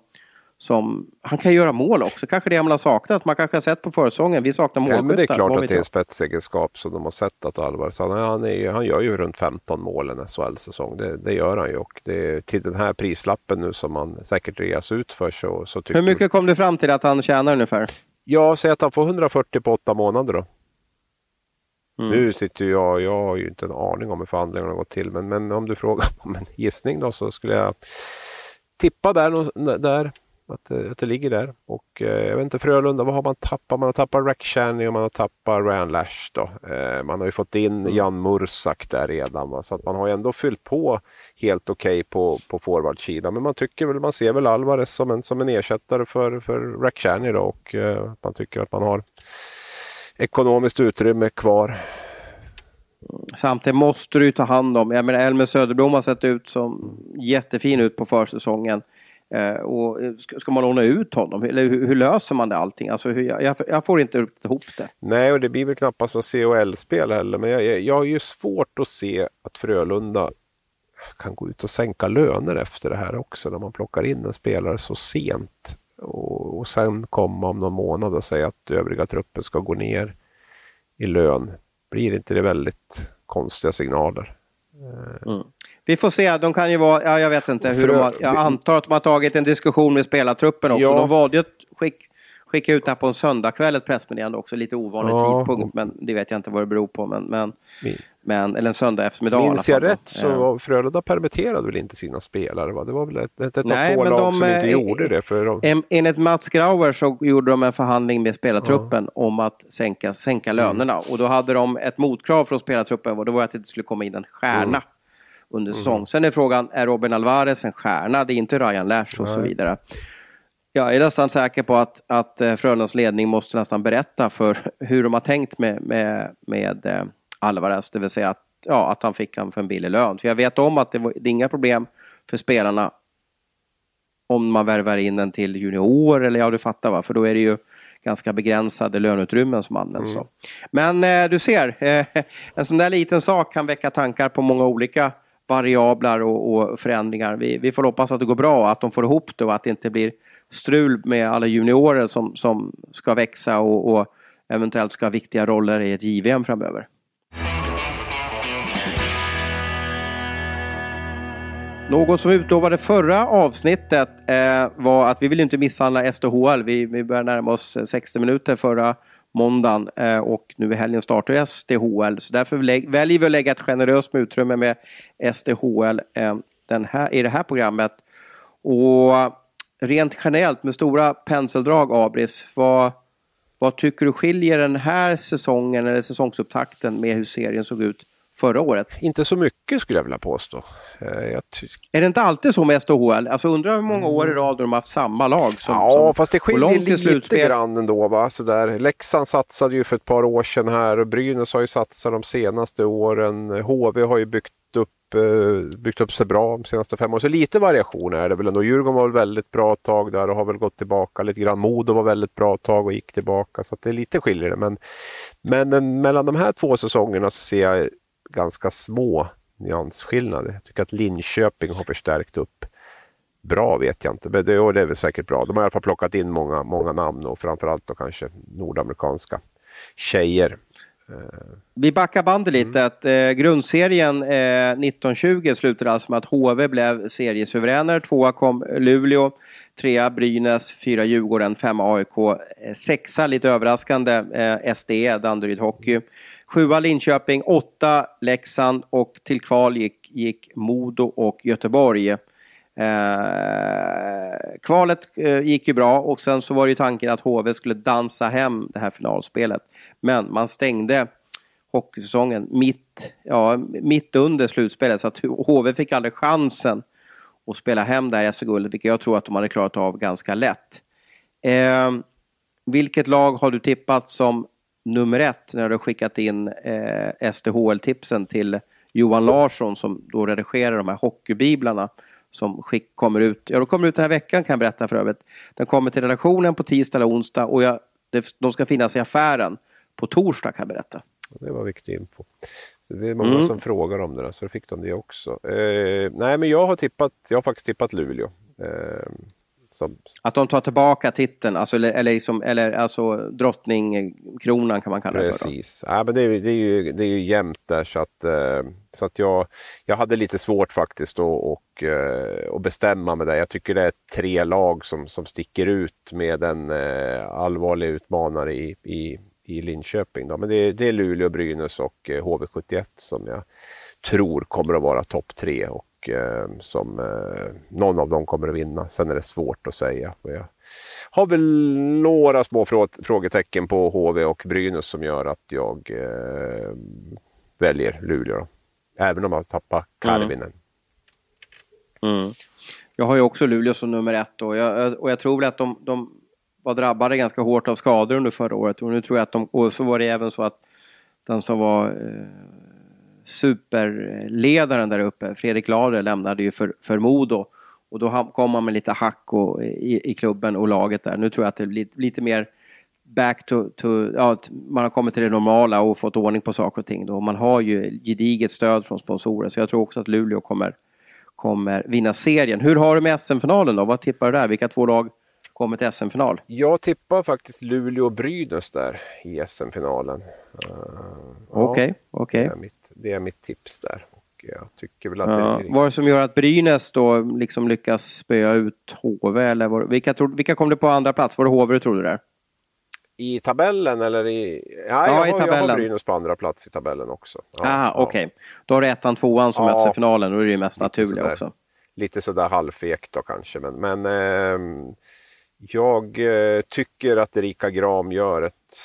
han kan göra mål också. Kanske det man har saknat. Man kanske har sett på försäsongen. Vi saknar målskyttar. Ja, men det är klart att det är spetsegenskap som de har sett att Alvarez. Han gör ju runt 15 mål en SHL-säsong. Det gör han ju. Och det, till den här prislappen nu som man säkert reas ut för så tycker. Hur mycket kom du fram till att han tjänar ungefär? Ja, säg att han får 140 på 8 månader då. Nu sitter jag har ju inte en aning om hur förhandlingarna har gått till, men om du frågar om en gissning då, så skulle jag tippa där att det ligger där. Och jag vet inte, Frölunda, vad har man tappat? Man har tappat Rakhshani och man har tappat Ryan Lash då. Man har ju fått in Jan Mursak där redan, va? Så att man har ju ändå fyllt på helt okej på forwardsidan. Men man ser väl Alvarez som en ersättare för Rakhshani då, och man tycker att man har ekonomiskt utrymme kvar. Samtidigt måste du ta hand om. Jag menar, Elmer Söderblom har sett ut som jättefin ut på försäsongen. Och ska man låna ut honom? Eller hur löser man det allting? Alltså, jag får inte ihop det. Nej, och det blir väl knappast en CHL-spel heller. Men jag har ju svårt att se att Frölunda kan gå ut och sänka löner efter det här också. När man plockar in en spelare så sent. Och sen komma om någon månad och säga att övriga truppen ska gå ner i lön. Blir inte det väldigt konstiga signaler? Vi får se, de kan ju vara, jag vet inte hur jag antar att de har tagit en diskussion med spelartruppen också. Ja. De valde att skicka ut det här på en söndagkväll, ett pressmeddelande också, lite ovanlig tidpunkt, men det vet jag inte vad det beror på, men eller en söndag eftermiddag. Minns jag rätt så var Frölunda permitterade väl inte sina spelare, va? Det var väl ett av få lag som inte gjorde det. Enligt Mats Grauer så gjorde de en förhandling med spelartruppen om att sänka lönerna, och då hade de ett motkrav från spelartruppen, och då var att det skulle komma in en stjärna under säsong. Sen är frågan, är Robin Alvarez en stjärna? Det är inte Ryan Lash och så vidare. Jag är nästan säker på att Frölundas ledning måste nästan berätta för hur de har tänkt med Alvarez. Det vill säga att han fick han för en billig lön. För jag vet om att det är inga problem för spelarna om man värvar in en till junior, eller du fattar, va? För då är det ju ganska begränsade löneutrymmen som används då. Men du ser, en sån där liten sak kan väcka tankar på många olika variabler och förändringar. Vi får hoppas att det går bra, att de får ihop det och att det inte blir strul med alla juniorer som ska växa och eventuellt ska ha viktiga roller i ett JVM framöver. Något som utlovade förra avsnittet var att vi vill inte misshandla SDHL. Vi börjar närma oss 60 minuter förra måndagen och nu i helgen startar SDHL. Så därför väljer vi att lägga ett generöst utrymme med SDHL i det här programmet. Och rent generellt med stora penseldrag, Abris, vad tycker du skiljer den här säsongen eller säsongsupptakten med hur serien såg ut förra året? Inte så mycket skulle jag vilja påstå. Är det inte alltid så med SDHL? Alltså undrar hur många år i rad de har haft samma lag fast det skiljer lite grann ändå, va? Så där. Leksand satsade ju för ett par år sedan här och Brynäs har ju satsat de senaste åren. HV har ju byggt upp sig bra de senaste 5 åren. Så lite variation är det väl ändå. Djurgården var väl väldigt bra tag där och har väl gått tillbaka lite grann. Modo var väldigt bra tag och gick tillbaka. Så att det är lite skiljer det. Men mellan de här 2 säsongerna så ser jag ganska små nyansskillnader. Jag tycker att Linköping har förstärkt upp bra, vet jag inte. Men det är väl säkert bra. De har i alla fall plockat in många namn och framförallt då kanske nordamerikanska tjejer. Vi backar bandet lite. Att grundserien 1920 slutade alltså med att HV blev seriesuveräner. 2 kom Luleå, 3 Brynäs, 4 Djurgården, 5 AIK, 6 lite överraskande SDE, Danderyd Hockey, 7 Linköping, 8 Leksand och till kval gick Modo och Göteborg. Kvalet gick ju bra och sen så var det ju tanken att HV skulle dansa hem det här finalspelet. Men man stängde hockeysäsongen mitt under slutspelet så att HV fick aldrig chansen att spela hem det här SM-guldet, vilket jag tror att de hade klarat av ganska lätt. Vilket lag har du tippat som nummer 1 när du har skickat in SDHL-tipsen till Johan Larsson som då redigerar de här hockeybiblarna som kommer ut. Ja, de kommer ut den här veckan, kan jag berätta för övrigt. Den kommer till redaktionen på tisdag eller onsdag och de ska finnas i affären på torsdag, kan jag berätta. Det var viktig info. Det är många som frågar om det där, så fick de det också. Nej, men jag har faktiskt tippat Luleå. Att de tar tillbaka titeln, alltså drottningkronan kan man kalla det. Precis. Ja, men det är ju jämnt där så att jag hade lite svårt faktiskt att bestämma mig där. Jag tycker det är 3 lag som sticker ut med en allvarlig utmanare i i Linköping då. Men det är Luleå, Brynäs och HV71 som jag tror kommer att vara topp 3 och som någon av dem kommer att vinna. Sen är det svårt att säga. Jag har väl några små frågetecken på HV och Brynäs som gör att jag väljer Luleå då. Även om jag tappar Karvinen. Jag har ju också Luleå som nummer 1 och jag tror väl att de var drabbade ganska hårt av skador under förra året. Och nu tror jag att och så var det även så att den som var superledaren där uppe, Fredrik Lader, lämnade ju för Modo. Och då kom man med lite hack i klubben och laget där. Nu tror jag att det blir lite mer back to man har kommit till det normala och fått ordning på saker och ting då. Man har ju gediget stöd från sponsorer, så jag tror också att Luleå kommer vinna serien. Hur har du med SM-finalen då? Vad tippar du där? Vilka 2 lag kommer till SM-final? Jag tippar faktiskt Luleå och Brynäs där i SM-finalen. Okej. Det är mitt tips där. Och jag tycker väl att vad är det som gör att Brynäs då liksom lyckas spöa ut HV? Eller vilka kom det på andra plats? Var det HV du trodde där? I tabellen eller i... i tabellen. Jag har Brynäs på andra plats i tabellen också. Okej. Då har du 1, 2 som möts i finalen och det är det mest naturliga också. Lite sådär halvfekt då kanske. Men jag tycker att Erika Gram gör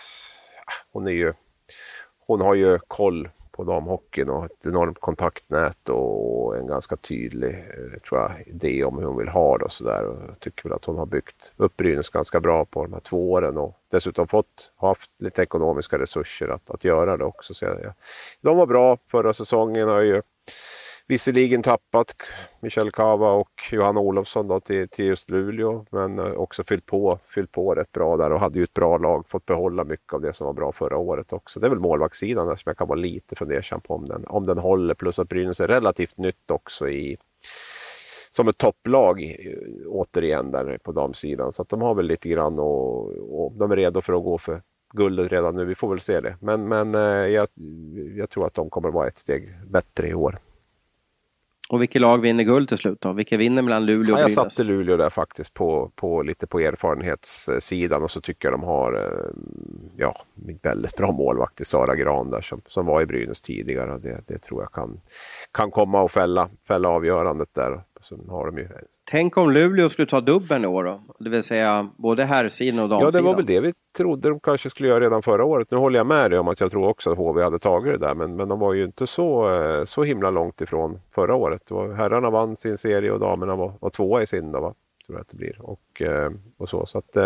hon har ju koll på damhockeyn och ett enormt kontaktnät och en ganska tydlig tror jag, idé om hur hon vill ha det och sådär. Jag tycker väl att hon har byggt upp Brynäs ganska bra på de här 2 åren och dessutom haft lite ekonomiska resurser att göra det också. Så de var bra förra säsongen, har ju visserligen tappat Michelle Cava och Johanna Olofsson då till just Luleå, men också fyllt på rätt bra där och hade ju ett bra lag, fått behålla mycket av det som var bra förra året också. Det är väl målvaktssidan där som jag kan vara lite fundersam på om den håller, plus att Brynäs är relativt nytt också som ett topplag återigen där på damsidan, så att de har väl lite grann och de är redo för att gå för guldet redan nu, vi får väl se det. Men jag tror att de kommer att vara ett steg bättre i år. Och vilket lag vinner guld till slut då? Vilka vinner mellan Luleå och Brynäs? Jag satte Luleå där faktiskt på lite på erfarenhetssidan, och så tycker jag de har väldigt bra målvakt i Sara Gran där som var i Brynäs tidigare. Det tror jag kan komma och fälla avgörandet där. Så har de ju... Tänk om Luleå skulle ta dubbeln i år då? Det vill säga både herrsidan och damsidan. Ja, det var väl det vi trodde de kanske skulle göra redan förra året. Nu håller jag med dig om att jag tror också att HV hade tagit det där. Men de var ju inte så himla långt ifrån förra året. Herrarna vann sin serie och damerna var 2 i sin då, va? Tror jag att det blir. Och så att...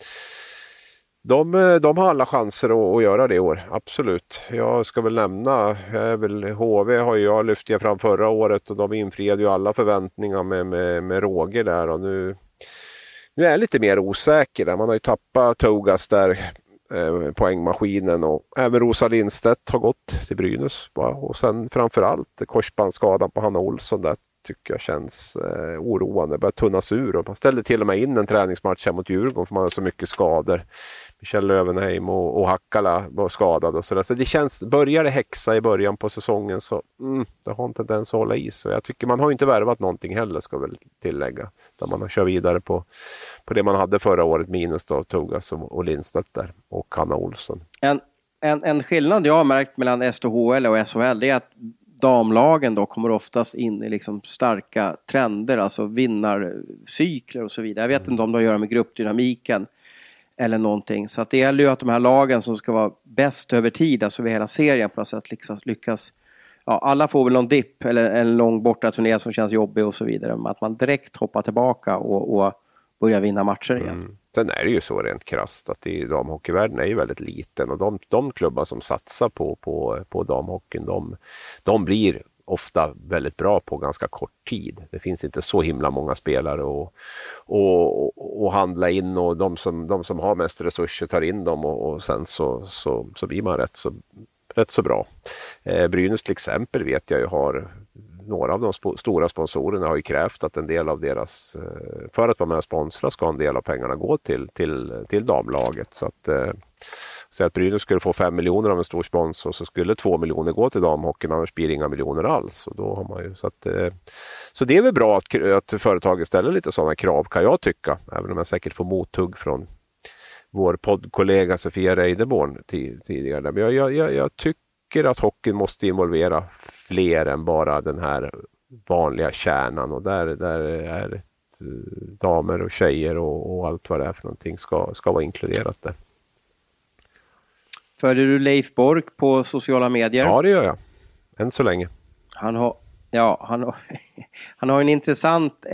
De har alla chanser att göra det i år, absolut. Jag ska väl nämna, HV har jag lyft fram förra året och de infriade ju alla förväntningar med råge där. Och nu är jag lite mer osäker där. Man har ju tappat Togas där, poängmaskinen, och även Rosa Lindstedt har gått till Brynäs. Och sen framförallt korsbandsskadan på Hanna Olsson där tycker jag känns oroande. Börjar tunnas ur och man ställde till och med in en träningsmatch här mot Djurgården för man har så mycket skador. Michelle Löwenheim och Hakkala var skadade och sådär. Så det känns, börjar det häxa i början på säsongen så det har en tendens att hålla i. Så jag tycker man har inte värvat någonting heller, ska väl tillägga. Utan man har kört vidare på det man hade förra året, minus då Togas och Lindstedt där och Hanna Olsson. En skillnad jag har märkt mellan SHL och SHL är att damlagen då kommer oftast in i liksom starka trender, alltså vinnarcykler och så vidare. Jag vet inte om det har att göra med gruppdynamiken eller någonting. Så att det gäller ju att de här lagen som ska vara bäst över tid, alltså över hela serien på något sätt lyckas. Ja, alla får väl någon dipp eller en lång bortaturné som känns jobbig och så vidare. Men att man direkt hoppar tillbaka och börjar vinna matcher igen. Sen är det ju så rent krasst att damhockeyvärlden är ju väldigt liten, och de klubbar som satsar på damhockeyn, de blir ofta väldigt bra på ganska kort tid. Det finns inte så himla många spelare och handla in, och de som har mest resurser tar in dem, och sen så blir man rätt så bra. Brynäs till exempel vet jag ju har några av de stora sponsorerna har ju krävt att en del av deras, för att vara med och sponsra, ska en del av pengarna gå till damlaget. Så att Brynäs skulle få 5 miljoner av en stor sponsor, så skulle 2 miljoner gå till damhockeyn, annars blir det inga miljoner alls. Och då har man ju, så det är väl bra att företaget ställer lite sådana krav, kan jag tycka, även om jag säkert får mothugg från vår poddkollega Sofia Reideborn tidigare. Men jag tycker att hockeyn måste involvera fler än bara den här vanliga kärnan, och där är damer och tjejer och allt vad det är för någonting ska vara inkluderat där. Följer du Leif Bork på sociala medier? Ja, det gör jag. Än så länge. Han har en intressant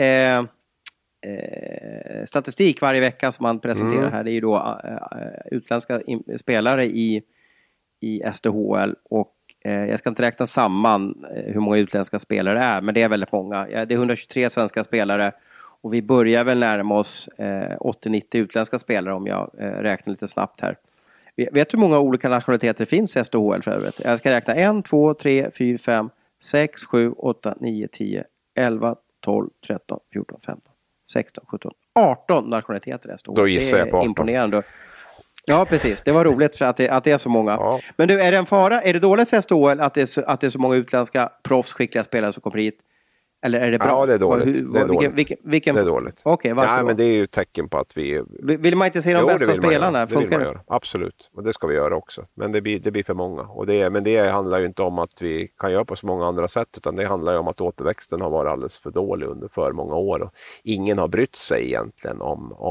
statistik varje vecka som han presenterar här. Det är ju då utländska spelare i SDHL, och jag ska inte räkna samman hur många utländska spelare det är, men det är väldigt många. Det är 123 svenska spelare, och vi börjar väl närma oss 80-90 utländska spelare om jag räknar lite snabbt här. Vet du hur många olika nationaliteter det finns i SDHL för övrigt? Jag ska räkna 1, 2, 3, 4, 5, 6, 7, 8, 9, 10, 11, 12, 13, 14, 15, 16, 17, 18 nationaliteter i SDHL. Då gissar jag på 18. Imponerande. Ja, precis. Det var roligt för att det är så många. Ja. Men du, är det en fara? Är det dåligt för SDHL att det är så många utländska proffsskickliga spelare som kommer hit? Eller är det bra? Ja, det är dåligt. Det är dåligt. Okej, varför då? Men det är ju ett tecken på att vi... Vill man inte se de bästa spelarna? Det vill man göra. Absolut. Och det ska vi göra också. Men det blir för många. Men det handlar ju inte om att vi kan göra på så många andra sätt, utan det handlar ju om att återväxten har varit alldeles för dålig under för många år. Och ingen har brytt sig egentligen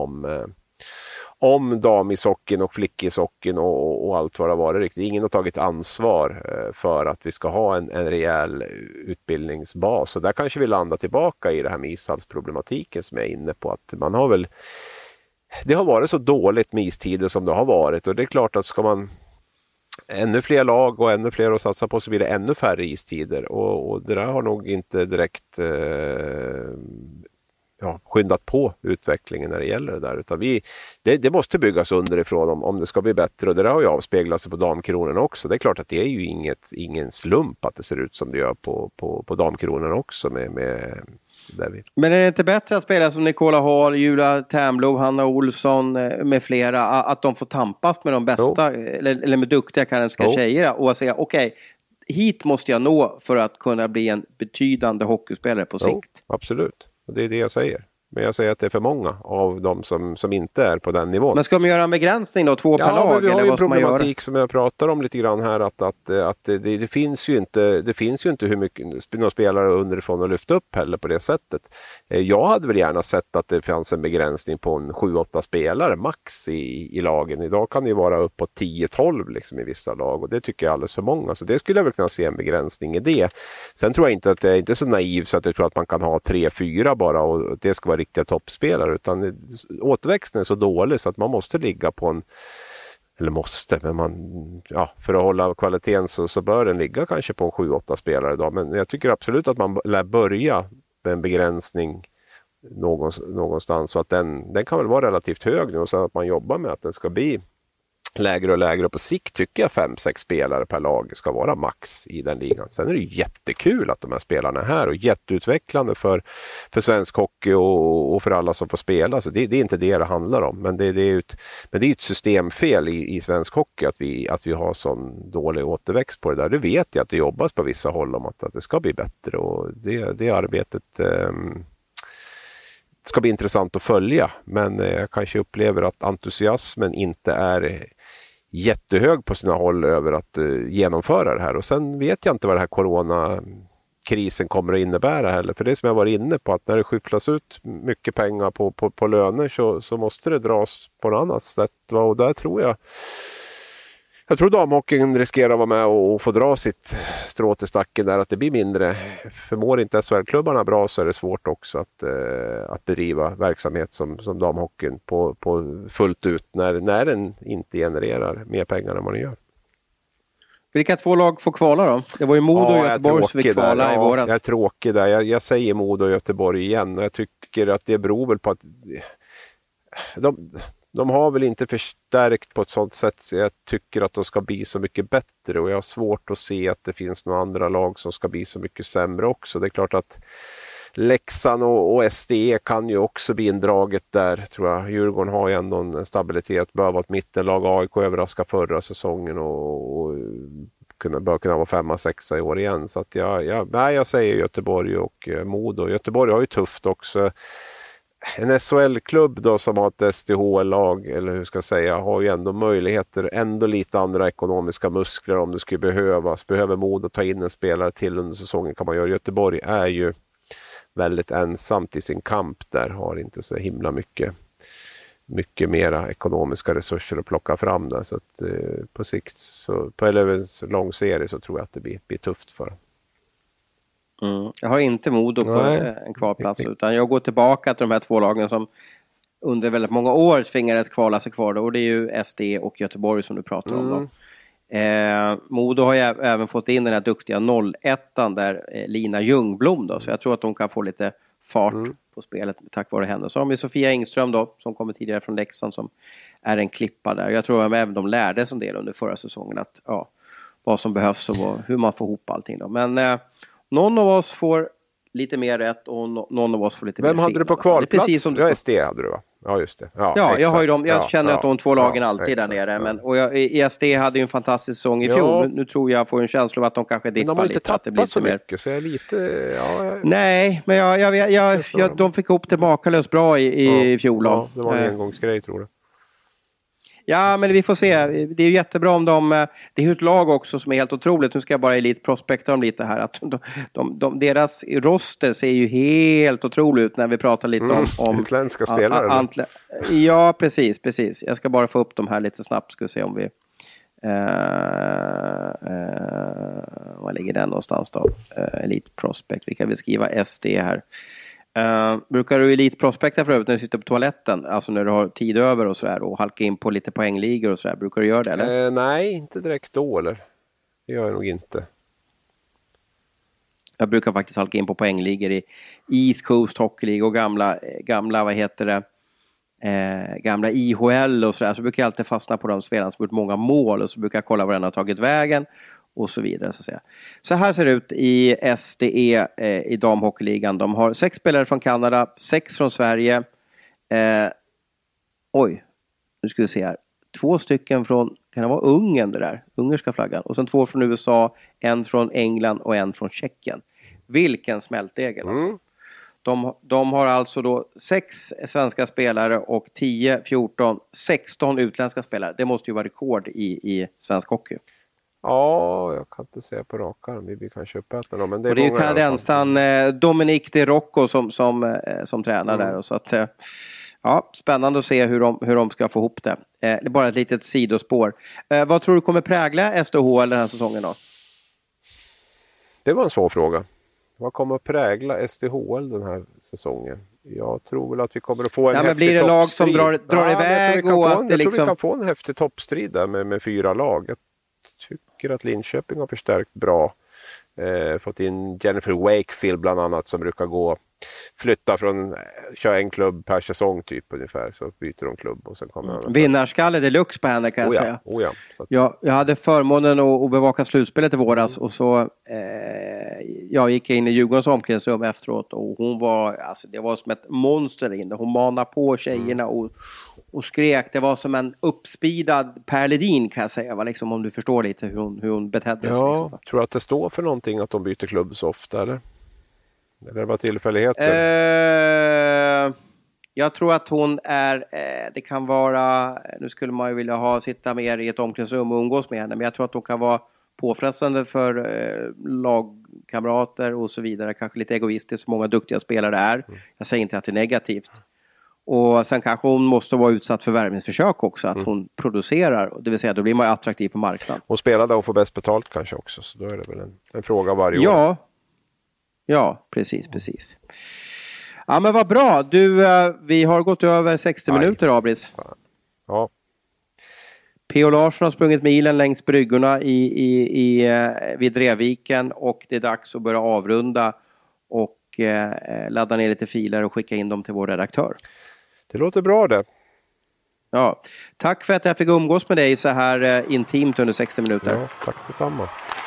om damishockeyn och flickishockeyn och allt vad det har varit riktigt. Ingen har tagit ansvar för att vi ska ha en rejäl utbildningsbas. Och där kanske vi landar tillbaka i det här med ishallsproblematiken som jag är inne på. Att man har väl... Det har varit så dåligt med istider som det har varit. Och det är klart att ska man ännu fler lag och ännu fler att satsa på, så blir det ännu färre istider. Och det där har nog inte direkt... skyndat på utvecklingen när det gäller det där. Utan det måste byggas underifrån om det ska bli bättre, och det där har ju avspeglat sig på damkronorna också. Det är klart att det är ju ingen slump att det ser ut som det gör på damkronorna också med David. Men är det inte bättre att spela som Nicola Hall, Julia Tärnblom, Hanna Olsson med flera, att de får tampas med de bästa eller med duktiga kanadensiska tjejer och säga okej, hit måste jag nå för att kunna bli en betydande hockeyspelare på sikt? Absolut. Det är det jag säger. Men jag säger att det är för många av dem som inte är på den nivån. Men ska man göra en begränsning då? 2 per lag? Men vi har eller ju vad en problematik som jag pratar om lite grann här. Att det finns ju inte hur mycket några spelare underifrån att lyfta upp heller på det sättet. Jag hade väl gärna sett att det fanns en begränsning på en 7-8 spelare max i lagen. Idag kan det ju vara uppåt 10-12 liksom i vissa lag. Och det tycker jag är alldeles för många. Så det skulle jag väl kunna se en begränsning i det. Sen tror jag inte att det är inte så naivt så att jag tror att man kan ha 3-4 bara och det ska vara riktiga toppspelare, utan återväxten är så dålig så att man måste ligga på en, eller måste, men för att hålla kvaliteten så bör den ligga kanske på en 7-8 spelare idag. Men jag tycker absolut att man lär börja med en begränsning någonstans, så att den kan väl vara relativt hög nu, och så att man jobbar med att den ska bli lägre och lägre, och på sikt tycker jag 5-6 spelare per lag ska vara max i den ligan. Sen är det jättekul att de här spelarna är här och jätteutvecklande för svensk hockey och för alla som får spela. Så det är inte det handlar om, men det är ett systemfel i svensk hockey att vi har sån dålig återväxt på det där. Det vet jag att det jobbas på vissa håll om att det ska bli bättre, och det arbetet ska bli intressant att följa, men jag kanske upplever att entusiasmen inte är jättehög på sina håll över att genomföra det här. Och sen vet jag inte vad det här coronakrisen kommer att innebära heller, för det som jag var inne på, att när det skyfflas ut mycket pengar på löner så måste det dras på något annat sätt, och där tror jag tror damhockeyn riskerar att vara med och få dra sitt strå till stacken där, att det blir mindre. Förmår inte SHL-klubbarna bra, så är det svårt också att bedriva verksamhet som damhockeyn på fullt ut när den inte genererar mer pengar än vad den gör. Vilka 2 lag får kvala då? Det var ju Modo och Göteborg som fick kvala i våras. Jag är tråkig där. Jag säger Modo och Göteborg igen, och jag tycker att det beror väl på att de har väl inte förstärkt på ett sådant sätt så jag tycker att de ska bli så mycket bättre, och jag har svårt att se att det finns några andra lag som ska bli så mycket sämre också. Det är klart att Leksand och SDE kan ju också bli indraget där, tror jag. Djurgården har ju ändå en stabilitet, bör vara ett mittenlag. AIK överraskade förra säsongen och bör kunna vara 5-6 i år igen. Så att jag säger Göteborg och Modo. Göteborg har ju tufft också. en SHL-klubb då som har ett SDHL-lag, eller hur ska jag säga, har ju ändå möjligheter, ändå lite andra ekonomiska muskler om det skulle behövas. Behöver mod att ta in en spelare till under säsongen kan man göra. Göteborg är ju väldigt ensamt i sin kamp där, har inte så himla mycket mera ekonomiska resurser att plocka fram där. Så att på sikt, så, på en lång serie, så tror jag att det blir tufft för dem. Jag har inte mod på en kvalplats, utan jag går tillbaka till de här två lagen som under väldigt många år tvingades kvala sig kvar då, och det är ju SD och Göteborg som du pratar om då. Modo har ju även fått in den här duktiga 01:an där Lina Ljungblom då, så jag tror att de kan få lite fart på spelet tack vare henne. Så har vi Sofia Engström då, som kommer tidigare från Leksand, som är en klippa där. Jag tror att även de lärde sig en del under förra säsongen att vad som behövs och hur man får ihop allting då. Men någon av oss får lite mer rätt och någon av oss får lite mer fel. Vem hade du på kvalplats? Ja, SD hade du, va? Ja, just det. Ja, jag har ju dem. Jag känner att de två lagen alltid där nere. Men, och SD hade ju en fantastisk säsong i fjol. Nu tror jag får en känsla av att de kanske dippar lite. Men de har inte tappat att det blir så mycket, så jag är lite... Nej, men de fick ihop det makalöst bra i fjol. Ja, det var en engångsgrej, tror jag. Ja, men vi får se. Det är ju jättebra om det är ju ett lag också som är helt otroligt. Nu ska jag bara elitprospekta dem lite här. Att deras roster ser ju helt otroligt ut när vi pratar lite om utländska spelare. Ja, precis. Jag ska bara få upp dem här lite snabbt. Ska vi se om vi... var ligger den någonstans då? Elitprospekt. Vi kan väl skriva SD här. Brukar du elitprospekta för övrigt när du sitter på toaletten? Alltså när du har tid över och sådär, och halka in på lite poängligor och sådär. Brukar du göra det, eller? Nej, inte direkt då, eller? Det gör jag nog inte. Jag brukar faktiskt halka in på poängligor i East Coast Hockey League och gamla vad heter det? Gamla IHL och sådär. Så brukar jag alltid fastna på de spelarna som gjort många mål, och så brukar jag kolla var den har tagit vägen. Och så vidare, så att säga. Så här ser det ut i SDE i damhockeyligan. De har 6 spelare från Kanada, 6 från Sverige. Nu ska vi se här. 2 stycken från, kan det vara Ungern det där? Ungerska flaggan. Och sen 2 från USA, en från England och en från Tjeckien. Vilken smältdegel alltså. De har alltså då 6 svenska spelare och 10, 14, 16 utländska spelare. Det måste ju vara rekord i svensk hockey. Ja, jag kan inte säga på rak arm. Vi kan köpa ett dem. Men det är ju kanadensaren Dominique de Rocco som tränar där. Och så att, spännande att se hur de ska få ihop det. Det är bara ett litet sidospår. Vad tror du kommer prägla SDHL den här säsongen då? Det var en svår fråga. Vad kommer att prägla SDHL den här säsongen? Jag tror väl att vi kommer att få en häftig toppstrid. Men blir det lag som drar iväg? Jag tror vi kan få en häftig toppstrid där med 4 lag. Jag tycker att Linköping har förstärkt bra. Fått in Jennifer Wakefield bland annat, som brukar flytta köra en klubb per säsong typ ungefär, så byter de klubb och sen kommer vinnarskalle deluxe på henne, kan jag säga. Så att... jag hade förmånen att bevaka slutspelet i våras, och så jag gick in i Djurgårdens omklädningsrum efteråt, och hon var, det var som ett monster inne. Hon manade på tjejerna och skrek. Det var som en uppspidad Per Ledin, kan jag säga. Liksom, om du förstår lite hur hon betedde sig. Ja, liksom. Tror att det står för någonting att de byter klubb så ofta, eller? Eller var tillfälligheter? Jag tror att hon är... det kan vara... Nu skulle man ju vilja sitta mer i ett omklädningsrum och umgås med henne. Men jag tror att hon kan vara påfrestande för lagkamrater och så vidare. Kanske lite egoistiskt, många duktiga spelare är. Jag säger inte att det är negativt. Och sen kanske hon måste vara utsatt för värvningsförsök också. Att hon producerar. Det vill säga, då blir man attraktiv på marknaden. Hon spelar där och får bäst betalt kanske också. Så då är det väl en fråga varje år. Ja, precis. Ja, men vad bra. Du, vi har gått över 60 minuter, Abris. Ja. P.O. Larsson har sprungit milen längs bryggorna vid Drevviken, och det är dags att börja avrunda och ladda ner lite filer och skicka in dem till vår redaktör. Det låter bra det. Ja, tack för att jag fick umgås med dig så här intimt under 60 minuter. Ja, tack detsamma.